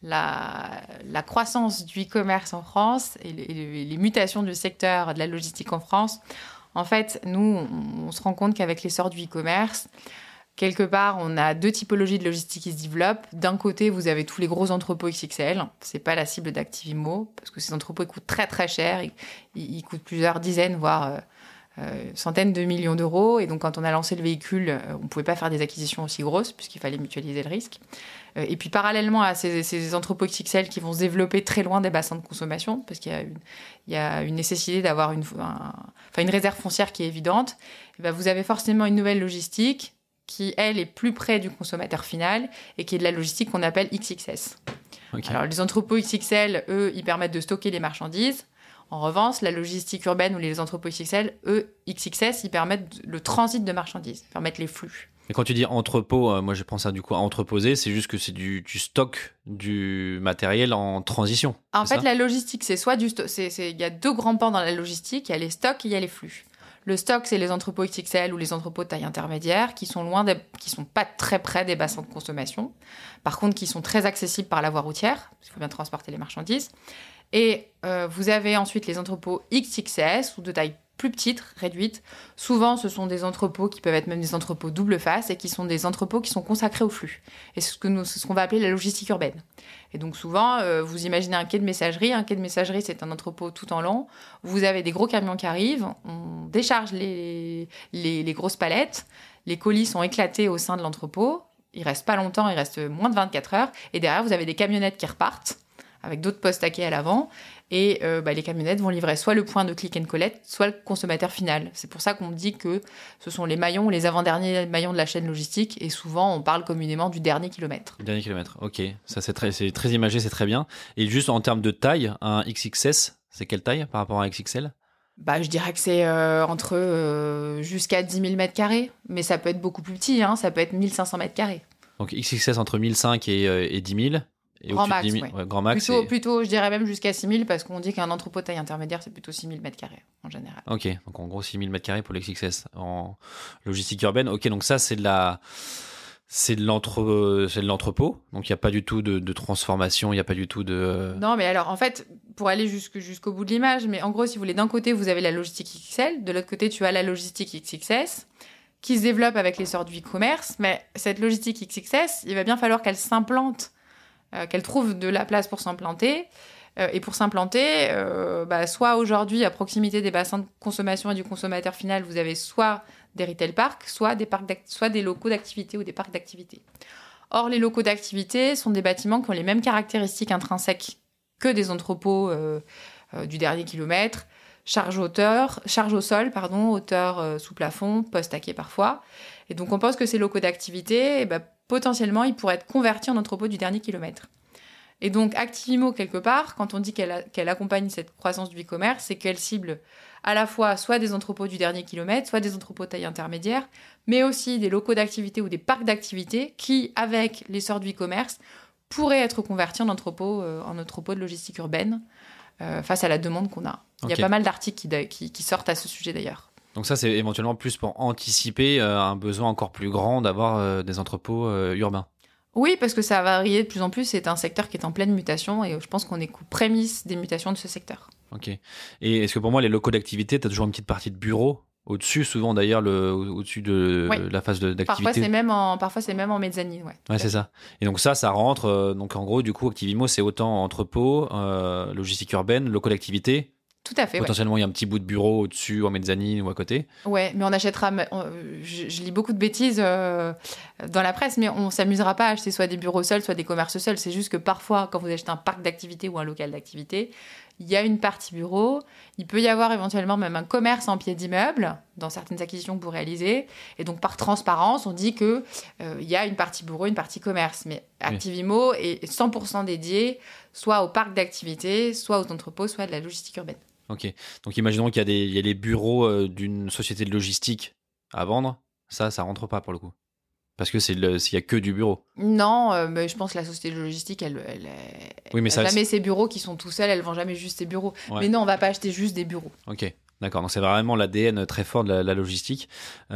la, la croissance du e-commerce en France et les, les mutations du secteur de la logistique en France. En fait, nous, on, on se rend compte qu'avec l'essor du e-commerce, quelque part, on a deux typologies de logistique qui se développent. D'un côté, vous avez tous les gros entrepôts X X L. C'est pas la cible d'Activimo, parce que ces entrepôts ils coûtent très très cher. Ils, ils coûtent plusieurs dizaines, voire euh, euh, centaines de millions d'euros. Et donc, quand on a lancé le véhicule, euh, on ne pouvait pas faire des acquisitions aussi grosses, puisqu'il fallait mutualiser le risque. Euh, et puis, parallèlement à ces, ces entrepôts X X L qui vont se développer très loin des bassins de consommation, parce qu'il y a une, il y a une nécessité d'avoir une, un, enfin, une réserve foncière qui est évidente, et ben, vous avez forcément une nouvelle logistique qui, elle, est plus près du consommateur final et qui est de la logistique qu'on appelle X X S. Okay. Alors, les entrepôts X X L, eux, ils permettent de stocker les marchandises. En revanche, la logistique urbaine ou les entrepôts X X L, eux, X X S, ils permettent le transit de marchandises, ils permettent les flux. Et quand tu dis entrepôt, euh, moi je pense à du coup à entreposer, c'est juste que c'est du, du stock du matériel en transition. En fait, ça la logistique, c'est soit du stock. Il y a deux grands pans dans la logistique, il y a les stocks et il y a les flux. Le stock, c'est les entrepôts X X L ou les entrepôts de taille intermédiaire qui sont loin, des, qui sont pas très près des bassins de consommation. Par contre, qui sont très accessibles par la voie routière, parce qu'il faut bien transporter les marchandises. Et euh, vous avez ensuite les entrepôts X X S ou de taille plus petite, réduite. Souvent, ce sont des entrepôts qui peuvent être même des entrepôts double face et qui sont des entrepôts qui sont consacrés au flux. Et c'est ce, que nous, c'est ce qu'on va appeler la logistique urbaine. Et donc souvent, euh, vous imaginez un quai de messagerie. Un quai de messagerie, c'est un entrepôt tout en long. Vous avez des gros camions qui arrivent, on décharge les, les, les grosses palettes, les colis sont éclatés au sein de l'entrepôt. Il reste pas longtemps, il reste moins de vingt-quatre heures. Et derrière, vous avez des camionnettes qui repartent avec d'autres postes à quai à l'avant. Et euh, bah, les camionnettes vont livrer soit le point de click and collect, soit le consommateur final. C'est pour ça qu'on dit que ce sont les maillons ou les avant-derniers maillons de la chaîne logistique. Et souvent, on parle communément du dernier kilomètre. Dernier kilomètre, ok. Ça, c'est très, c'est très imagé, c'est très bien. Et juste en termes de taille, un X X S, c'est quelle taille par rapport à un X X L ? Bah, je dirais que c'est euh, entre euh, jusqu'à dix mille mètres carrés. Mais ça peut être beaucoup plus petit, hein, ça peut être mille cinq cents mètres carrés. Donc X X S entre mille cinq et, euh, et dix mille. Et grand max, ouais. Ouais. Grand max. Plutôt, et... plutôt, je dirais même jusqu'à six mille parce qu'on dit qu'un entrepôt taille intermédiaire, c'est plutôt six mille mètres carrés en général. Ok, donc en gros six mille mètres carrés pour l'X X S en logistique urbaine. Ok, donc ça, c'est de la... C'est de, l'entre... c'est de l'entrepôt, donc il n'y a pas du tout de, de transformation, il n'y a pas du tout de... Non, mais alors, en fait, pour aller jusqu', jusqu'au bout de l'image, mais en gros, si vous voulez, d'un côté, vous avez la logistique X X L, de l'autre côté, tu as la logistique X X S, qui se développe avec l'essor du e-commerce, mais cette logistique X X S, il va bien falloir qu'elle s'implante, euh, qu'elle trouve de la place pour s'implanter. Euh, et pour s'implanter, euh, bah, soit aujourd'hui, à proximité des bassins de consommation et du consommateur final, vous avez soit des retail parks, soit des, parcs soit des locaux d'activité ou des parcs d'activité. Or, les locaux d'activité sont des bâtiments qui ont les mêmes caractéristiques intrinsèques que des entrepôts euh, euh, du dernier kilomètre, charge, hauteur, charge au sol, pardon, hauteur euh, sous plafond, poste à quai parfois. Et donc, on pense que ces locaux d'activité, eh ben, potentiellement, ils pourraient être convertis en entrepôts du dernier kilomètre. Et donc, Activimo, quelque part, quand on dit qu'elle, a, qu'elle accompagne cette croissance du e-commerce, c'est qu'elle cible à la fois soit des entrepôts du dernier kilomètre, soit des entrepôts de taille intermédiaire, mais aussi des locaux d'activité ou des parcs d'activité qui, avec l'essor du e-commerce, pourraient être convertis en entrepôts, euh, en entrepôts de logistique urbaine euh, face à la demande qu'on a. Okay. Il y a pas mal d'articles qui, qui, qui sortent à ce sujet d'ailleurs. Donc ça, c'est éventuellement plus pour anticiper euh, un besoin encore plus grand d'avoir euh, des entrepôts euh, urbains. Oui, parce que ça va varier de plus en plus. C'est un secteur qui est en pleine mutation et je pense qu'on est aux prémices des mutations de ce secteur. Ok. Et est-ce que pour moi, les locaux d'activité, tu as toujours une petite partie de bureau au-dessus, souvent d'ailleurs, le, au-dessus de ouais. la phase de, d'activité. Parfois, c'est même en, parfois, c'est même en mezzanine. Ouais, ouais c'est ça. Et donc ça, ça rentre. Euh, donc en gros, du coup, Activimo, c'est autant entrepôt, euh, logistique urbaine, locaux d'activité. Tout à fait. Potentiellement, ouais. il y a un petit bout de bureau au-dessus, en mezzanine ou à côté. Ouais, mais on achètera. On, je, je lis beaucoup de bêtises euh, dans la presse, mais on s'amusera pas à acheter soit des bureaux seuls, soit des commerces seuls. C'est juste que parfois, quand vous achetez un parc d'activité ou un local d'activité, il y a une partie bureau. Il peut y avoir éventuellement même un commerce en pied d'immeuble dans certaines acquisitions que vous réalisez. Et donc, par transparence, on dit qu'il euh, y a une partie bureau, une partie commerce. Mais Activimo oui. est cent pour cent dédié soit au parc d'activité, soit aux entrepôts, soit de la logistique urbaine. Ok, donc imaginons qu'il y a, des, il y a les bureaux euh, d'une société de logistique à vendre, ça, ça rentre pas pour le coup. Parce que c'est le, s'il y a que du bureau. Non, euh, mais je pense que la société de logistique, elle, elle, elle, oui, mais elle ça, jamais ses bureaux qui sont tout seuls, elle vend jamais juste ses bureaux. Ouais. Mais non, on va pas acheter juste des bureaux. Ok, d'accord. Donc c'est vraiment l'A D N très fort de la, la logistique.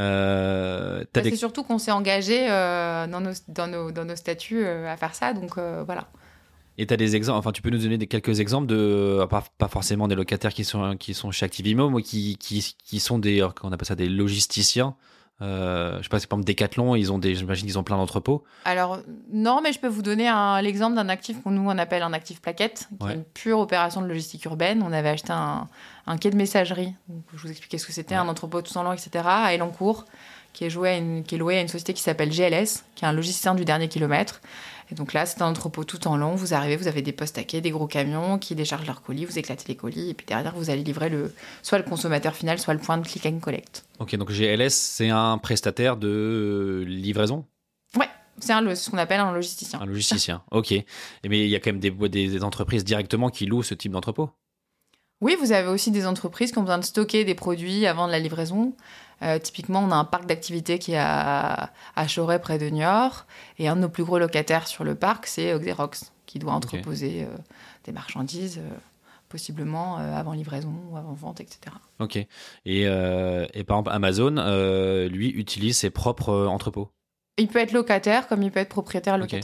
Euh, bah, des... C'est surtout qu'on s'est engagé euh, dans, nos, dans, nos, dans nos statuts euh, à faire ça, donc euh, voilà. Et tu as des exemples, enfin tu peux nous donner des, quelques exemples de, pas, pas forcément des locataires qui sont, qui sont chez Activimo, mais qui, qui, qui sont des, on appelle ça des logisticiens. Euh, je sais pas, c'est par exemple Decathlon, ils ont des, j'imagine qu'ils ont plein d'entrepôts. Alors non, mais je peux vous donner un, l'exemple d'un actif qu'on nous on appelle un actif plaquette, qui ouais. est une pure opération de logistique urbaine. On avait acheté un, un quai de messagerie, donc je vous expliquais ce que c'était, ouais. un entrepôt tout en long, et cetera, à Elancourt, qui est, joué à une, qui est loué à une société qui s'appelle G L S, qui est un logisticien du dernier kilomètre. Et donc là, c'est un entrepôt tout en long. Vous arrivez, vous avez des postes à quai, des gros camions qui déchargent leurs colis, vous éclatez les colis, et puis derrière, vous allez livrer le, soit le consommateur final, soit le point de click and collect. Ok, donc G L S, c'est un prestataire de livraison ? Ouais, c'est un, ce qu'on appelle un logisticien. Un logisticien, ok. Mais il y a quand même des, des, des entreprises directement qui louent ce type d'entrepôt ? Oui, vous avez aussi des entreprises qui ont besoin de stocker des produits avant de la livraison. Euh, typiquement, on a un parc d'activité qui est à, à Choret, près de Niort. Et un de nos plus gros locataires sur le parc, c'est Xerox, qui doit entreposer okay. euh, des marchandises, euh, possiblement euh, avant livraison ou avant vente, et cetera. Ok. Et, euh, et par exemple, Amazon, euh, lui, utilise ses propres entrepôts ? Il peut être locataire comme il peut être propriétaire locataire.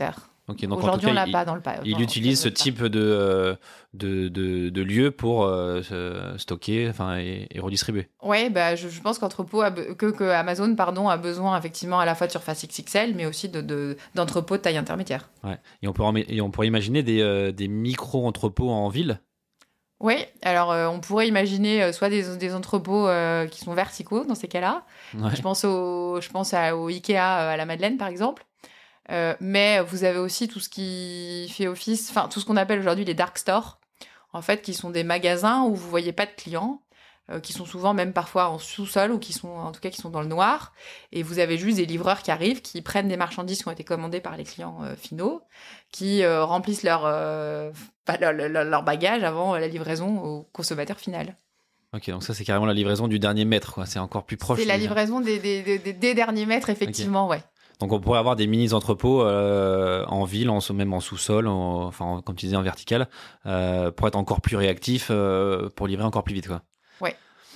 Ok, donc en Aujourd'hui, tout cas, on l'a il, pas dans le pas. il dans- utilise ce dans le pas. type de, euh, de, de, de lieu pour euh, se stocker enfin, et, et redistribuer. Ouais, bah, je, je pense qu'entrepôt a be- que, que Amazon pardon, a besoin effectivement à la fois de surface X X L, mais aussi de, de, d'entrepôts de taille intermédiaire. Ouais. Et, on peut, et on pourrait imaginer des, euh, des micro-entrepôts en ville. Oui, alors euh, on pourrait imaginer euh, soit des, des entrepôts euh, qui sont verticaux dans ces cas-là. Ouais. Je pense au, je pense à, au Ikea euh, à la Madeleine par exemple. Euh, mais vous avez aussi tout ce qui fait office, enfin tout ce qu'on appelle aujourd'hui les dark stores, en fait, qui sont des magasins où vous voyez pas de clients, euh, qui sont souvent même parfois en sous-sol ou qui sont, en tout cas, qui sont dans le noir. Et vous avez juste des livreurs qui arrivent, qui prennent des marchandises qui ont été commandées par les clients euh, finaux, qui euh, remplissent leur, euh, bah, leur, leur, leur bagage avant la livraison au consommateur final. Ok, donc ça c'est carrément la livraison du dernier mètre, quoi. C'est encore plus proche. C'est la du- livraison des, des, des, des- des derniers mètres, effectivement, ouais. Donc on pourrait avoir des mini-entrepôts euh, en ville, en, même en sous-sol, en- enfin comme tu disais en vertical, euh, pour être encore plus réactif, euh, pour livrer encore plus vite, quoi. Ouais.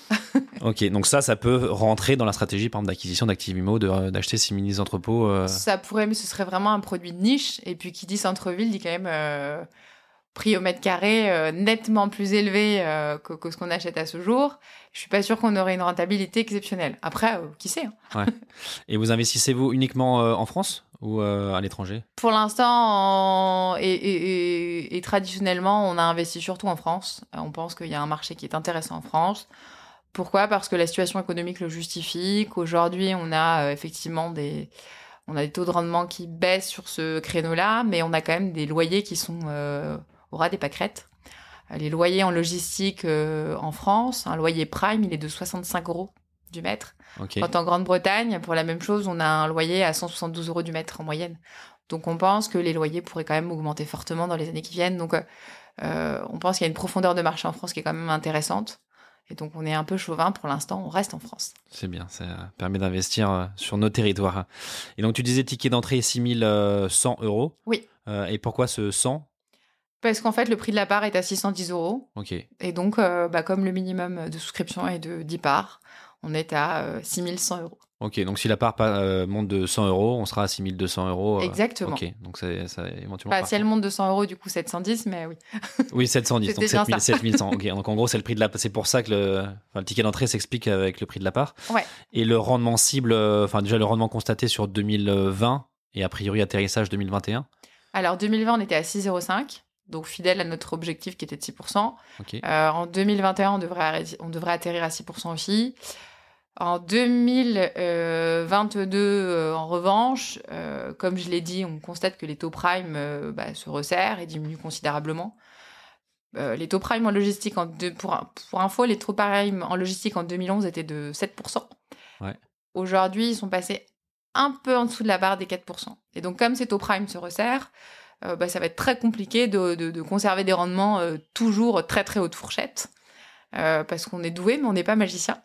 Ok, donc ça, ça peut rentrer dans la stratégie, par exemple, d'acquisition d'Activimo, de, d'acheter ces mini-entrepôts. euh. Ça pourrait, mais ce serait vraiment un produit de niche. Et puis qui dit centre-ville dit quand même euh, prix au mètre carré euh, nettement plus élevé euh, que, que ce qu'on achète à ce jour. Je suis pas sûre qu'on aurait une rentabilité exceptionnelle. Après, euh, qui sait, hein. Et vous investissez-vous uniquement euh, en France ou euh, à l'étranger? Pour l'instant, en- et, et- et- et traditionnellement, on a investi surtout en France. Euh, On pense qu'il y a un marché qui est intéressant en France. Pourquoi ? Parce que la situation économique le justifie, qu'aujourd'hui, on a euh, effectivement des, on a des taux de rendement qui baissent sur ce créneau-là, mais on a quand même des loyers qui sont euh, au ras des pâquerettes. Euh, Les loyers en logistique euh, en France, un loyer prime, il est de soixante-cinq euros du mètre. Ok. Quand en Grande-Bretagne, pour la même chose, on a un loyer à cent soixante-douze euros du mètre en moyenne. Donc on pense que les loyers pourraient quand même augmenter fortement dans les années qui viennent. Donc euh, euh, on pense qu'il y a une profondeur de marché en France qui est quand même intéressante. Et donc on est un peu chauvin pour l'instant, on reste en France. C'est bien, ça permet d'investir euh, sur nos territoires. Et donc tu disais ticket d'entrée six mille cent euros. Oui. Euh, et pourquoi ce cent? Parce qu'en fait, le prix de la part est à six cent dix euros. Ok. Et donc, euh, bah, comme le minimum de souscription est de dix parts, on est à euh, six mille cent euros. Ok, donc si la part euh, monte de cent euros, on sera à six mille deux cents euros. euh, Exactement. Ok, donc ça, ça éventuellement. Enfin, part- si elle monte de cent euros, du coup, sept cent dix, mais oui. Oui, sept cent dix, C'était donc bien sept mille, ça. sept mille cent. Ok, donc en gros, c'est le prix de la. C'est pour ça que le, enfin, le ticket d'entrée s'explique avec le prix de la part. Ouais. Et le rendement cible, euh, enfin déjà le rendement constaté sur deux mille vingt et a priori atterrissage deux mille vingt et un. Alors, deux mille vingt, on était à six virgule zéro cinq, donc fidèle à notre objectif qui était de six pour cent. Ok. Euh, en deux mille vingt et un, on devrait, arrêter- on devrait atterrir à six pour cent aussi. En deux mille vingt-deux, euh, en revanche, euh, comme je l'ai dit, on constate que les taux prime euh, bah, se resserrent et diminuent considérablement. Euh, les taux prime en logistique, en deux- pour, pour info, les taux prime en logistique en deux mille onze étaient de sept pour cent. Ouais. Aujourd'hui, ils sont passés un peu en dessous de la barre des quatre pour cent. Et donc, comme ces taux prime se resserrent, euh, bah, ça va être très compliqué de, de, de conserver des rendements euh, toujours très très haute fourchette, euh, parce qu'on est doué, mais on n'est pas magicien.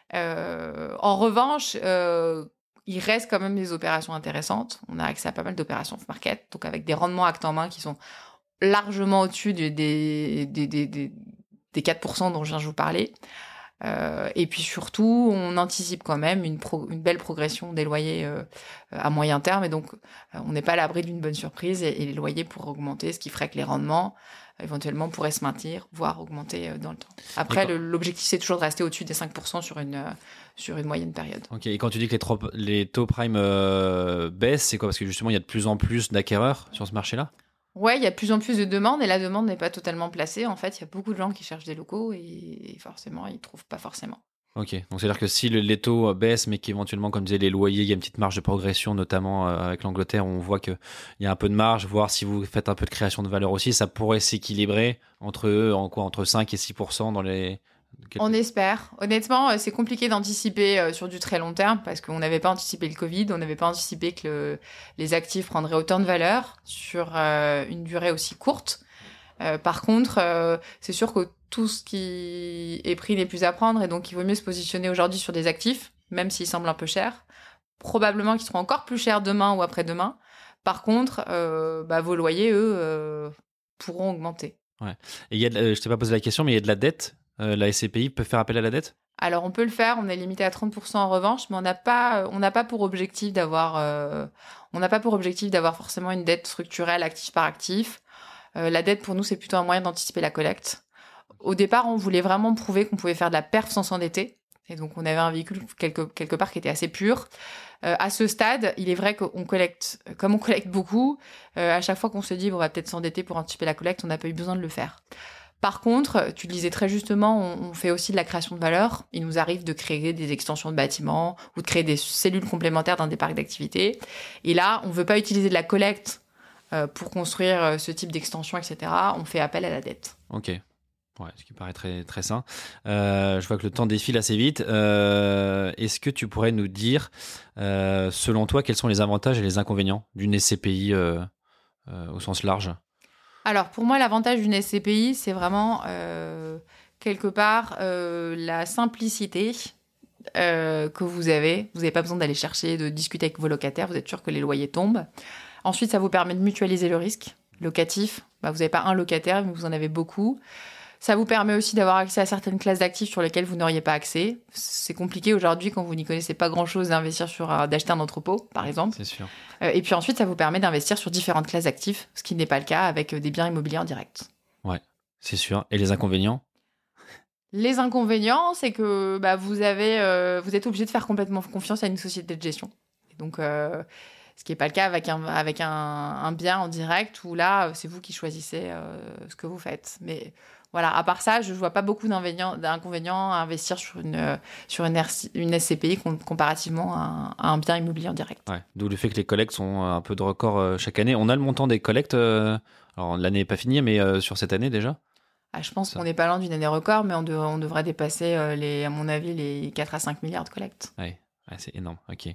Euh, en revanche, euh, il reste quand même des opérations intéressantes. On a accès à pas mal d'opérations off-market, donc avec des rendements acte en main qui sont largement au-dessus des, des, des, des, des, des quatre pour cent dont je viens de vous parler. Euh, et puis surtout, on anticipe quand même une, pro, une belle progression des loyers euh, à moyen terme. Et donc, euh, on n'est pas à l'abri d'une bonne surprise et, et les loyers pourraient augmenter, ce qui ferait que les rendements, éventuellement, pourraient se maintenir, voire augmenter euh, dans le temps. Après, le, l'objectif, c'est toujours de rester au-dessus des cinq pour cent sur une, euh, sur une moyenne période. Ok, et quand tu dis que les, trop, les taux prime euh, baissent, c'est quoi? Parce que justement, il y a de plus en plus d'acquéreurs sur ce marché-là? Ouais, il y a de plus en plus de demandes et la demande n'est pas totalement placée. En fait, il y a beaucoup de gens qui cherchent des locaux et, et forcément, ils ne trouvent pas forcément. Ok, donc c'est-à-dire que si le, les taux baissent, mais qu'éventuellement, comme disait les loyers, il y a une petite marge de progression, notamment euh, avec l'Angleterre, on voit qu'il y a un peu de marge, voire si vous faites un peu de création de valeur aussi, ça pourrait s'équilibrer entre eux, en quoi, entre cinq et six pour cent dans les... On espère. Honnêtement, c'est compliqué d'anticiper sur du très long terme parce qu'on n'avait pas anticipé le Covid, on n'avait pas anticipé que le, les actifs prendraient autant de valeur sur euh, une durée aussi courte. Euh, par contre, euh, c'est sûr que tout ce qui est pris n'est plus à prendre et donc il vaut mieux se positionner aujourd'hui sur des actifs, même s'ils semblent un peu chers. Probablement qu'ils seront encore plus chers demain ou après-demain. Par contre, euh, bah, vos loyers, eux, euh, pourront augmenter. Ouais. Et il y a de, euh, je t'ai pas posé la question, mais il y a de la dette. Euh, la S C P I peut faire appel à la dette? Alors, on peut le faire, on est limité à trente pour cent en revanche, mais on n'a pas, on n'a pas pour objectif d'avoir, euh, on n'a pas pour objectif d'avoir forcément une dette structurelle actif par actif. Euh, la dette, pour nous, c'est plutôt un moyen d'anticiper la collecte. Au départ, on voulait vraiment prouver qu'on pouvait faire de la perf sans s'endetter. Et donc, on avait un véhicule quelque, quelque part qui était assez pur. Euh, à ce stade, il est vrai qu'on collecte, comme on collecte beaucoup, euh, à chaque fois qu'on se dit, bon, on va peut-être s'endetter pour anticiper la collecte, on n'a pas eu besoin de le faire. Par contre, tu le disais très justement, on, on fait aussi de la création de valeur. Il nous arrive de créer des extensions de bâtiments ou de créer des cellules complémentaires dans des parcs d'activités. Et là, on ne veut pas utiliser de la collecte euh, pour construire euh, ce type d'extension, et cetera. On fait appel à la dette. Ok. Ouais, ce qui paraît très, très sain. Euh, je vois que le temps défile assez vite. Euh, est-ce que tu pourrais nous dire, euh, selon toi, quels sont les avantages et les inconvénients d'une S C P I euh, euh, au sens large ? Alors, pour moi, l'avantage d'une S C P I, c'est vraiment, euh, quelque part, euh, la simplicité euh, que vous avez. Vous n'avez pas besoin d'aller chercher, de discuter avec vos locataires. Vous êtes sûr que les loyers tombent. Ensuite, ça vous permet de mutualiser le risque locatif. Bah, vous n'avez pas un locataire, mais vous en avez beaucoup. Ça vous permet aussi d'avoir accès à certaines classes d'actifs sur lesquelles vous n'auriez pas accès. C'est compliqué aujourd'hui, quand vous n'y connaissez pas grand-chose, d'investir sur, euh, d'acheter un entrepôt, par exemple. C'est sûr. Euh, et puis ensuite, ça vous permet d'investir sur différentes classes d'actifs, ce qui n'est pas le cas avec euh, des biens immobiliers en direct. Ouais, c'est sûr. Et les inconvénients ? Les inconvénients, c'est que bah, vous, avez, euh, vous êtes obligé de faire complètement confiance à une société de gestion. Et donc, euh, ce qui n'est pas le cas avec, un, avec un, un bien en direct, où là, c'est vous qui choisissez euh, ce que vous faites. Mais voilà, à part ça, je ne vois pas beaucoup d'inconvénients à investir sur une, sur une, R C, une S C P I comparativement à un, à un bien immobilier en direct. Ouais, d'où le fait que les collectes sont un peu de record chaque année. On a le montant des collectes, euh, alors l'année n'est pas finie, mais euh, sur cette année déjà ? Ah, je pense ça. qu'on n'est pas loin d'une année record, mais on, de, on devrait dépasser, euh, les, à mon avis, les quatre à cinq milliards de collectes. Ouais. Ouais, c'est énorme, ok.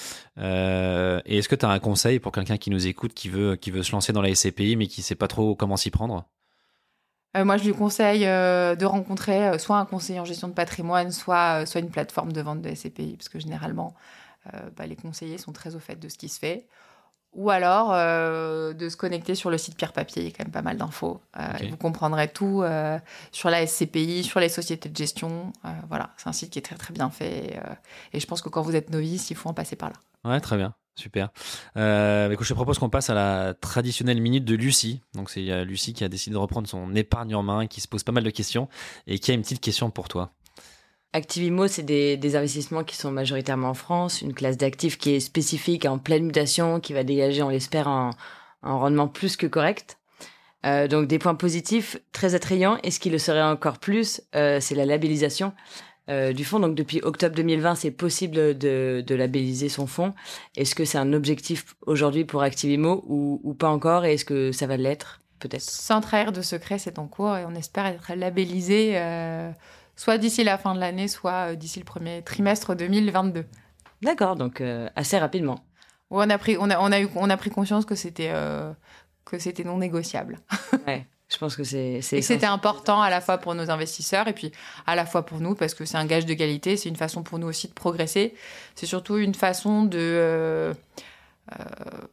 Euh, et est-ce que tu as un conseil pour quelqu'un qui nous écoute, qui veut, qui veut se lancer dans la S C P I, mais qui ne sait pas trop comment s'y prendre ? euh, Moi, je lui conseille euh, de rencontrer euh, soit un conseiller en gestion de patrimoine, soit, euh, soit une plateforme de vente de S C P I, parce que généralement, euh, bah, les conseillers sont très au fait de ce qui se fait. Ou alors euh, de se connecter sur le site Pierre Papier, il y a quand même pas mal d'infos. Euh, okay. Vous comprendrez tout euh, sur la S C P I, sur les sociétés de gestion. Euh, voilà, c'est un site qui est très très bien fait. Et, euh, et je pense que quand vous êtes novice, il faut en passer par là. Ouais, très bien, super. Euh, écoute, je te propose qu'on passe à la traditionnelle minute de Lucie. Donc c'est euh, Lucie qui a décidé de reprendre son épargne en main, qui se pose pas mal de questions et qui a une petite question pour toi. Activimo, c'est des, des investissements qui sont majoritairement en France, une classe d'actifs qui est spécifique, en pleine mutation, qui va dégager, on l'espère, un, un rendement plus que correct. Euh, donc des points positifs très attrayants, et ce qui le serait encore plus, euh, c'est la labellisation euh, du fonds. Donc depuis octobre deux mille vingt, c'est possible de, de labelliser son fonds. Est-ce que c'est un objectif aujourd'hui pour Activimo ou, ou pas encore, et est-ce que ça va l'être, peut-être ? Sans trahir de secret, c'est en cours, et on espère être labellisé euh... soit d'ici la fin de l'année, soit d'ici le premier trimestre deux mille vingt-deux. D'accord, donc euh, assez rapidement. Ouais, on a pris, on a, on a eu, on a pris conscience que c'était, euh, que c'était non négociable. Ouais, je pense que c'est, c'est et que c'était important à la fois pour nos investisseurs et puis à la fois pour nous, parce que c'est un gage de qualité, c'est une façon pour nous aussi de progresser. C'est surtout une façon de, euh, euh,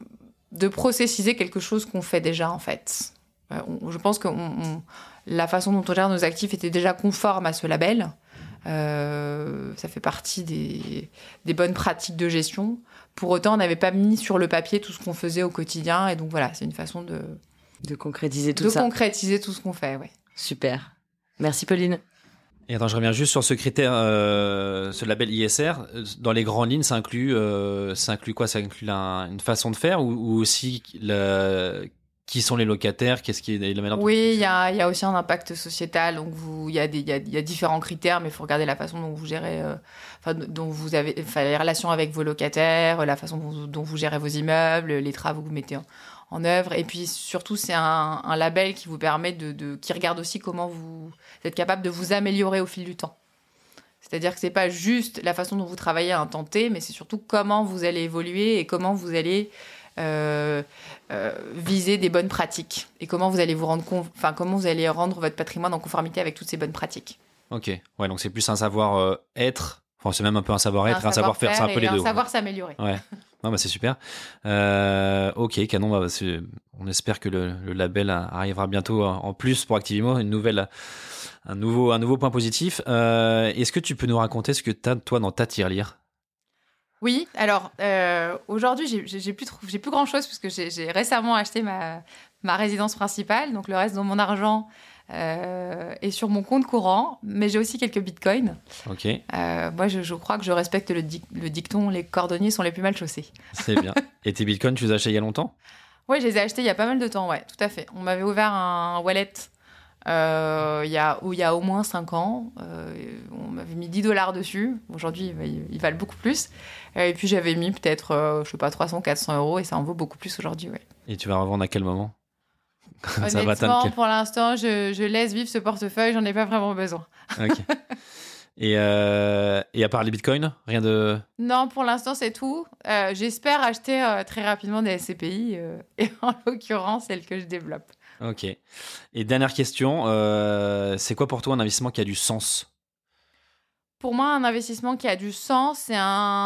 de processiser quelque chose qu'on fait déjà, en fait. Euh, on, je pense que on, on, la façon dont on gère nos actifs était déjà conforme à ce label. Euh, ça fait partie des, des bonnes pratiques de gestion. Pour autant, on n'avait pas mis sur le papier tout ce qu'on faisait au quotidien. Et donc voilà, c'est une façon de, de concrétiser tout de ça. De concrétiser tout ce qu'on fait, ouais. Super. Merci Pauline. Et attends, je reviens juste sur ce critère, euh, ce label I S R. Dans les grandes lignes, ça inclut, euh, ça inclut quoi ? Ça inclut la, une façon de faire ou, ou aussi la... Qui sont les locataires ? Qu'est-ce qui est la manière dont... Oui, il y a, y a aussi un impact sociétal. Donc, il y, y, y a différents critères, mais il faut regarder la façon dont vous gérez, euh, enfin, dont vous avez, enfin, les relations avec vos locataires, la façon dont, dont vous gérez vos immeubles, les travaux que vous mettez en, en œuvre. Et puis, surtout, c'est un, un label qui vous permet de, de, qui regarde aussi comment vous êtes capable de vous améliorer au fil du temps. C'est-à-dire que c'est pas juste la façon dont vous travaillez à un temps T, mais c'est surtout comment vous allez évoluer et comment vous allez Euh, euh, viser des bonnes pratiques et comment vous allez vous rendre compte, enfin comment vous allez rendre votre patrimoine en conformité avec toutes ces bonnes pratiques. Ok, ouais, donc c'est plus un savoir euh, être, enfin c'est même un peu un savoir-être, un, un savoir-faire, c'est un peu les deux. Un savoir s'améliorer. Ouais, non bah c'est super. Euh, ok, canon. Bah, c'est, on espère que le, le label arrivera bientôt en plus pour Activimo, une nouvelle, Un nouveau, un nouveau point positif. Euh, est-ce que tu peux nous raconter ce que tu as, toi, dans ta tirelire ? Oui, alors euh, aujourd'hui, j'ai, j'ai, j'ai plus, trop, j'ai plus grand-chose puisque j'ai, j'ai récemment acheté ma, ma résidence principale. Donc, le reste de mon argent euh, est sur mon compte courant. Mais j'ai aussi quelques bitcoins. Ok. Euh, moi, je, je crois que je respecte le, di- le dicton « les cordonniers sont les plus mal chaussés ». C'est bien. Et tes bitcoins, tu les as achetés il y a longtemps ? Oui, je les ai achetés il y a pas mal de temps, ouais, tout à fait. On m'avait ouvert un wallet euh, il, y a, où il y a au moins cinq ans. Euh, on m'avait mis dix dollars dessus. Aujourd'hui, ils, ils valent beaucoup plus. Et puis, j'avais mis peut-être, euh, je sais pas, trois cents, quatre cents euros et ça en vaut beaucoup plus aujourd'hui, ouais. Et tu vas revendre à quel moment ? Ça va Honnêtement, pour l'instant, je, je laisse vivre ce portefeuille, j'en ai pas vraiment besoin. Ok. Et, euh, et à part les bitcoins, rien de... Non, pour l'instant, c'est tout. Euh, j'espère acheter euh, très rapidement des S C P I, euh, et en l'occurrence, celle que je développe. Ok. Et dernière question, euh, c'est quoi pour toi un investissement qui a du sens ? Pour moi, un investissement qui a du sens, c'est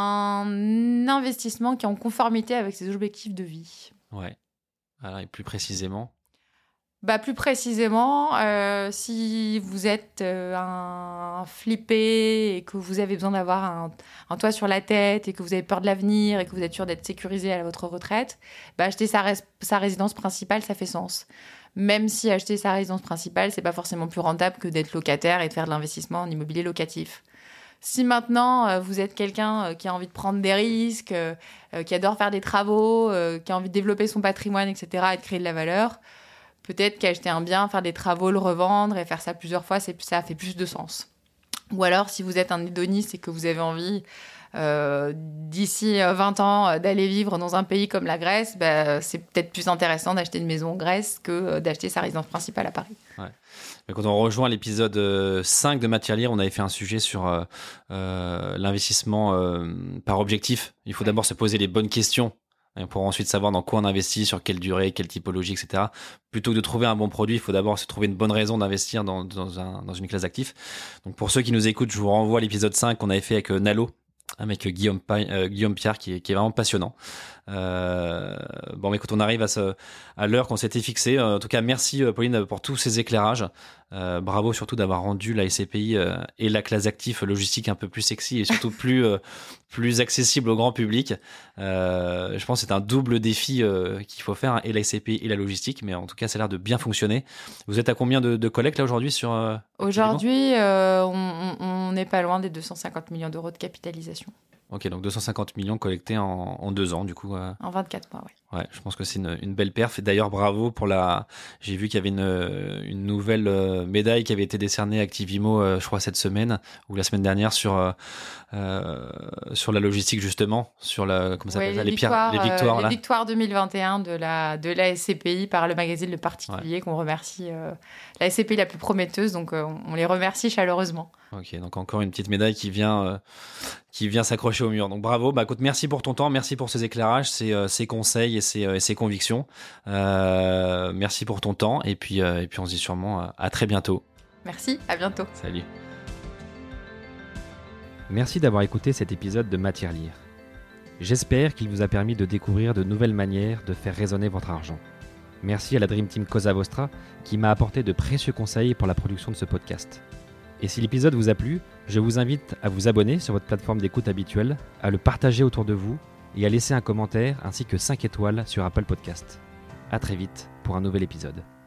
un investissement qui est en conformité avec ses objectifs de vie. Ouais. Alors, et plus précisément ? Bah, plus précisément, euh, si vous êtes euh, un flippé et que vous avez besoin d'avoir un, un toit sur la tête et que vous avez peur de l'avenir et que vous êtes sûr d'être sécurisé à votre retraite, bah, acheter sa, res- sa résidence principale, ça fait sens. Même si acheter sa résidence principale, c'est pas forcément plus rentable que d'être locataire et de faire de l'investissement en immobilier locatif. Si maintenant, euh, vous êtes quelqu'un euh, qui a envie de prendre des risques, euh, euh, qui adore faire des travaux, euh, qui a envie de développer son patrimoine, et cetera, et de créer de la valeur, peut-être qu'acheter un bien, faire des travaux, le revendre et faire ça plusieurs fois, c'est, ça fait plus de sens. Ou alors, si vous êtes un hédoniste et que vous avez envie, euh, d'ici vingt ans, d'aller vivre dans un pays comme la Grèce, bah, c'est peut-être plus intéressant d'acheter une maison en Grèce que d'acheter sa résidence principale à Paris. Ouais. Mais quand on rejoint l'épisode cinq de Ma tirelire, on avait fait un sujet sur euh, euh, l'investissement euh, par objectif. Il faut d'abord se poser les bonnes questions pour ensuite savoir dans quoi on investit, sur quelle durée, quelle typologie, et cetera. Plutôt que de trouver un bon produit, il faut d'abord se trouver une bonne raison d'investir dans, dans, un, dans une classe d'actifs. Donc pour ceux qui nous écoutent, je vous renvoie à l'épisode cinq qu'on avait fait avec Nalo, avec Guillaume, Pi- euh, Guillaume Pierre, qui est, qui est vraiment passionnant. Euh, bon, mais quand on arrive à, ce, à l'heure qu'on s'était fixé, en tout cas, merci Pauline pour tous ces éclairages. Euh, bravo surtout d'avoir rendu la S C P I euh, et la classe d'actifs logistique un peu plus sexy et surtout plus, euh, plus accessible au grand public. Euh, je pense que c'est un double défi euh, qu'il faut faire, hein, et la S C P I et la logistique, mais en tout cas, ça a l'air de bien fonctionner. Vous êtes à combien de, de collectes là aujourd'hui sur euh, Aujourd'hui, euh, on, on n'est pas loin des deux cent cinquante millions d'euros de capitalisation. Ok, donc deux cent cinquante millions collectés en, en deux ans, du coup. Euh... En vingt-quatre mois, oui. Ouais, je pense que c'est une, une belle perf. Et d'ailleurs, bravo pour la... J'ai vu qu'il y avait une, une nouvelle euh, médaille qui avait été décernée à Activimo, euh, je crois, cette semaine, ou la semaine dernière, sur, euh, euh, sur la logistique, justement, sur la... Comment ça oui, s'appelle ça, les, les, victoires, pierres, les victoires, euh, là. Les victoires deux mille vingt et un de la, de la S C P I par le magazine Le Particulier, ouais. Qu'on remercie. Euh, la S C P I la plus prometteuse, donc euh, on les remercie chaleureusement. Ok, donc encore une petite médaille qui vient, euh, qui vient s'accrocher au mur. Donc bravo, bah écoute, merci pour ton temps, merci pour ces éclairages, ces, euh, ces conseils et ces, euh, et ces convictions. Euh, merci pour ton temps et puis, euh, et puis on se dit sûrement euh, à très bientôt. Merci, à bientôt. Salut. Merci d'avoir écouté cet épisode de Ma tirelire. J'espère qu'il vous a permis de découvrir de nouvelles manières de faire résonner votre argent. Merci à la Dream Team Cosa Vostra qui m'a apporté de précieux conseils pour la production de ce podcast. Et si l'épisode vous a plu, je vous invite à vous abonner sur votre plateforme d'écoute habituelle, à le partager autour de vous et à laisser un commentaire ainsi que cinq étoiles sur Apple Podcast. À très vite pour un nouvel épisode.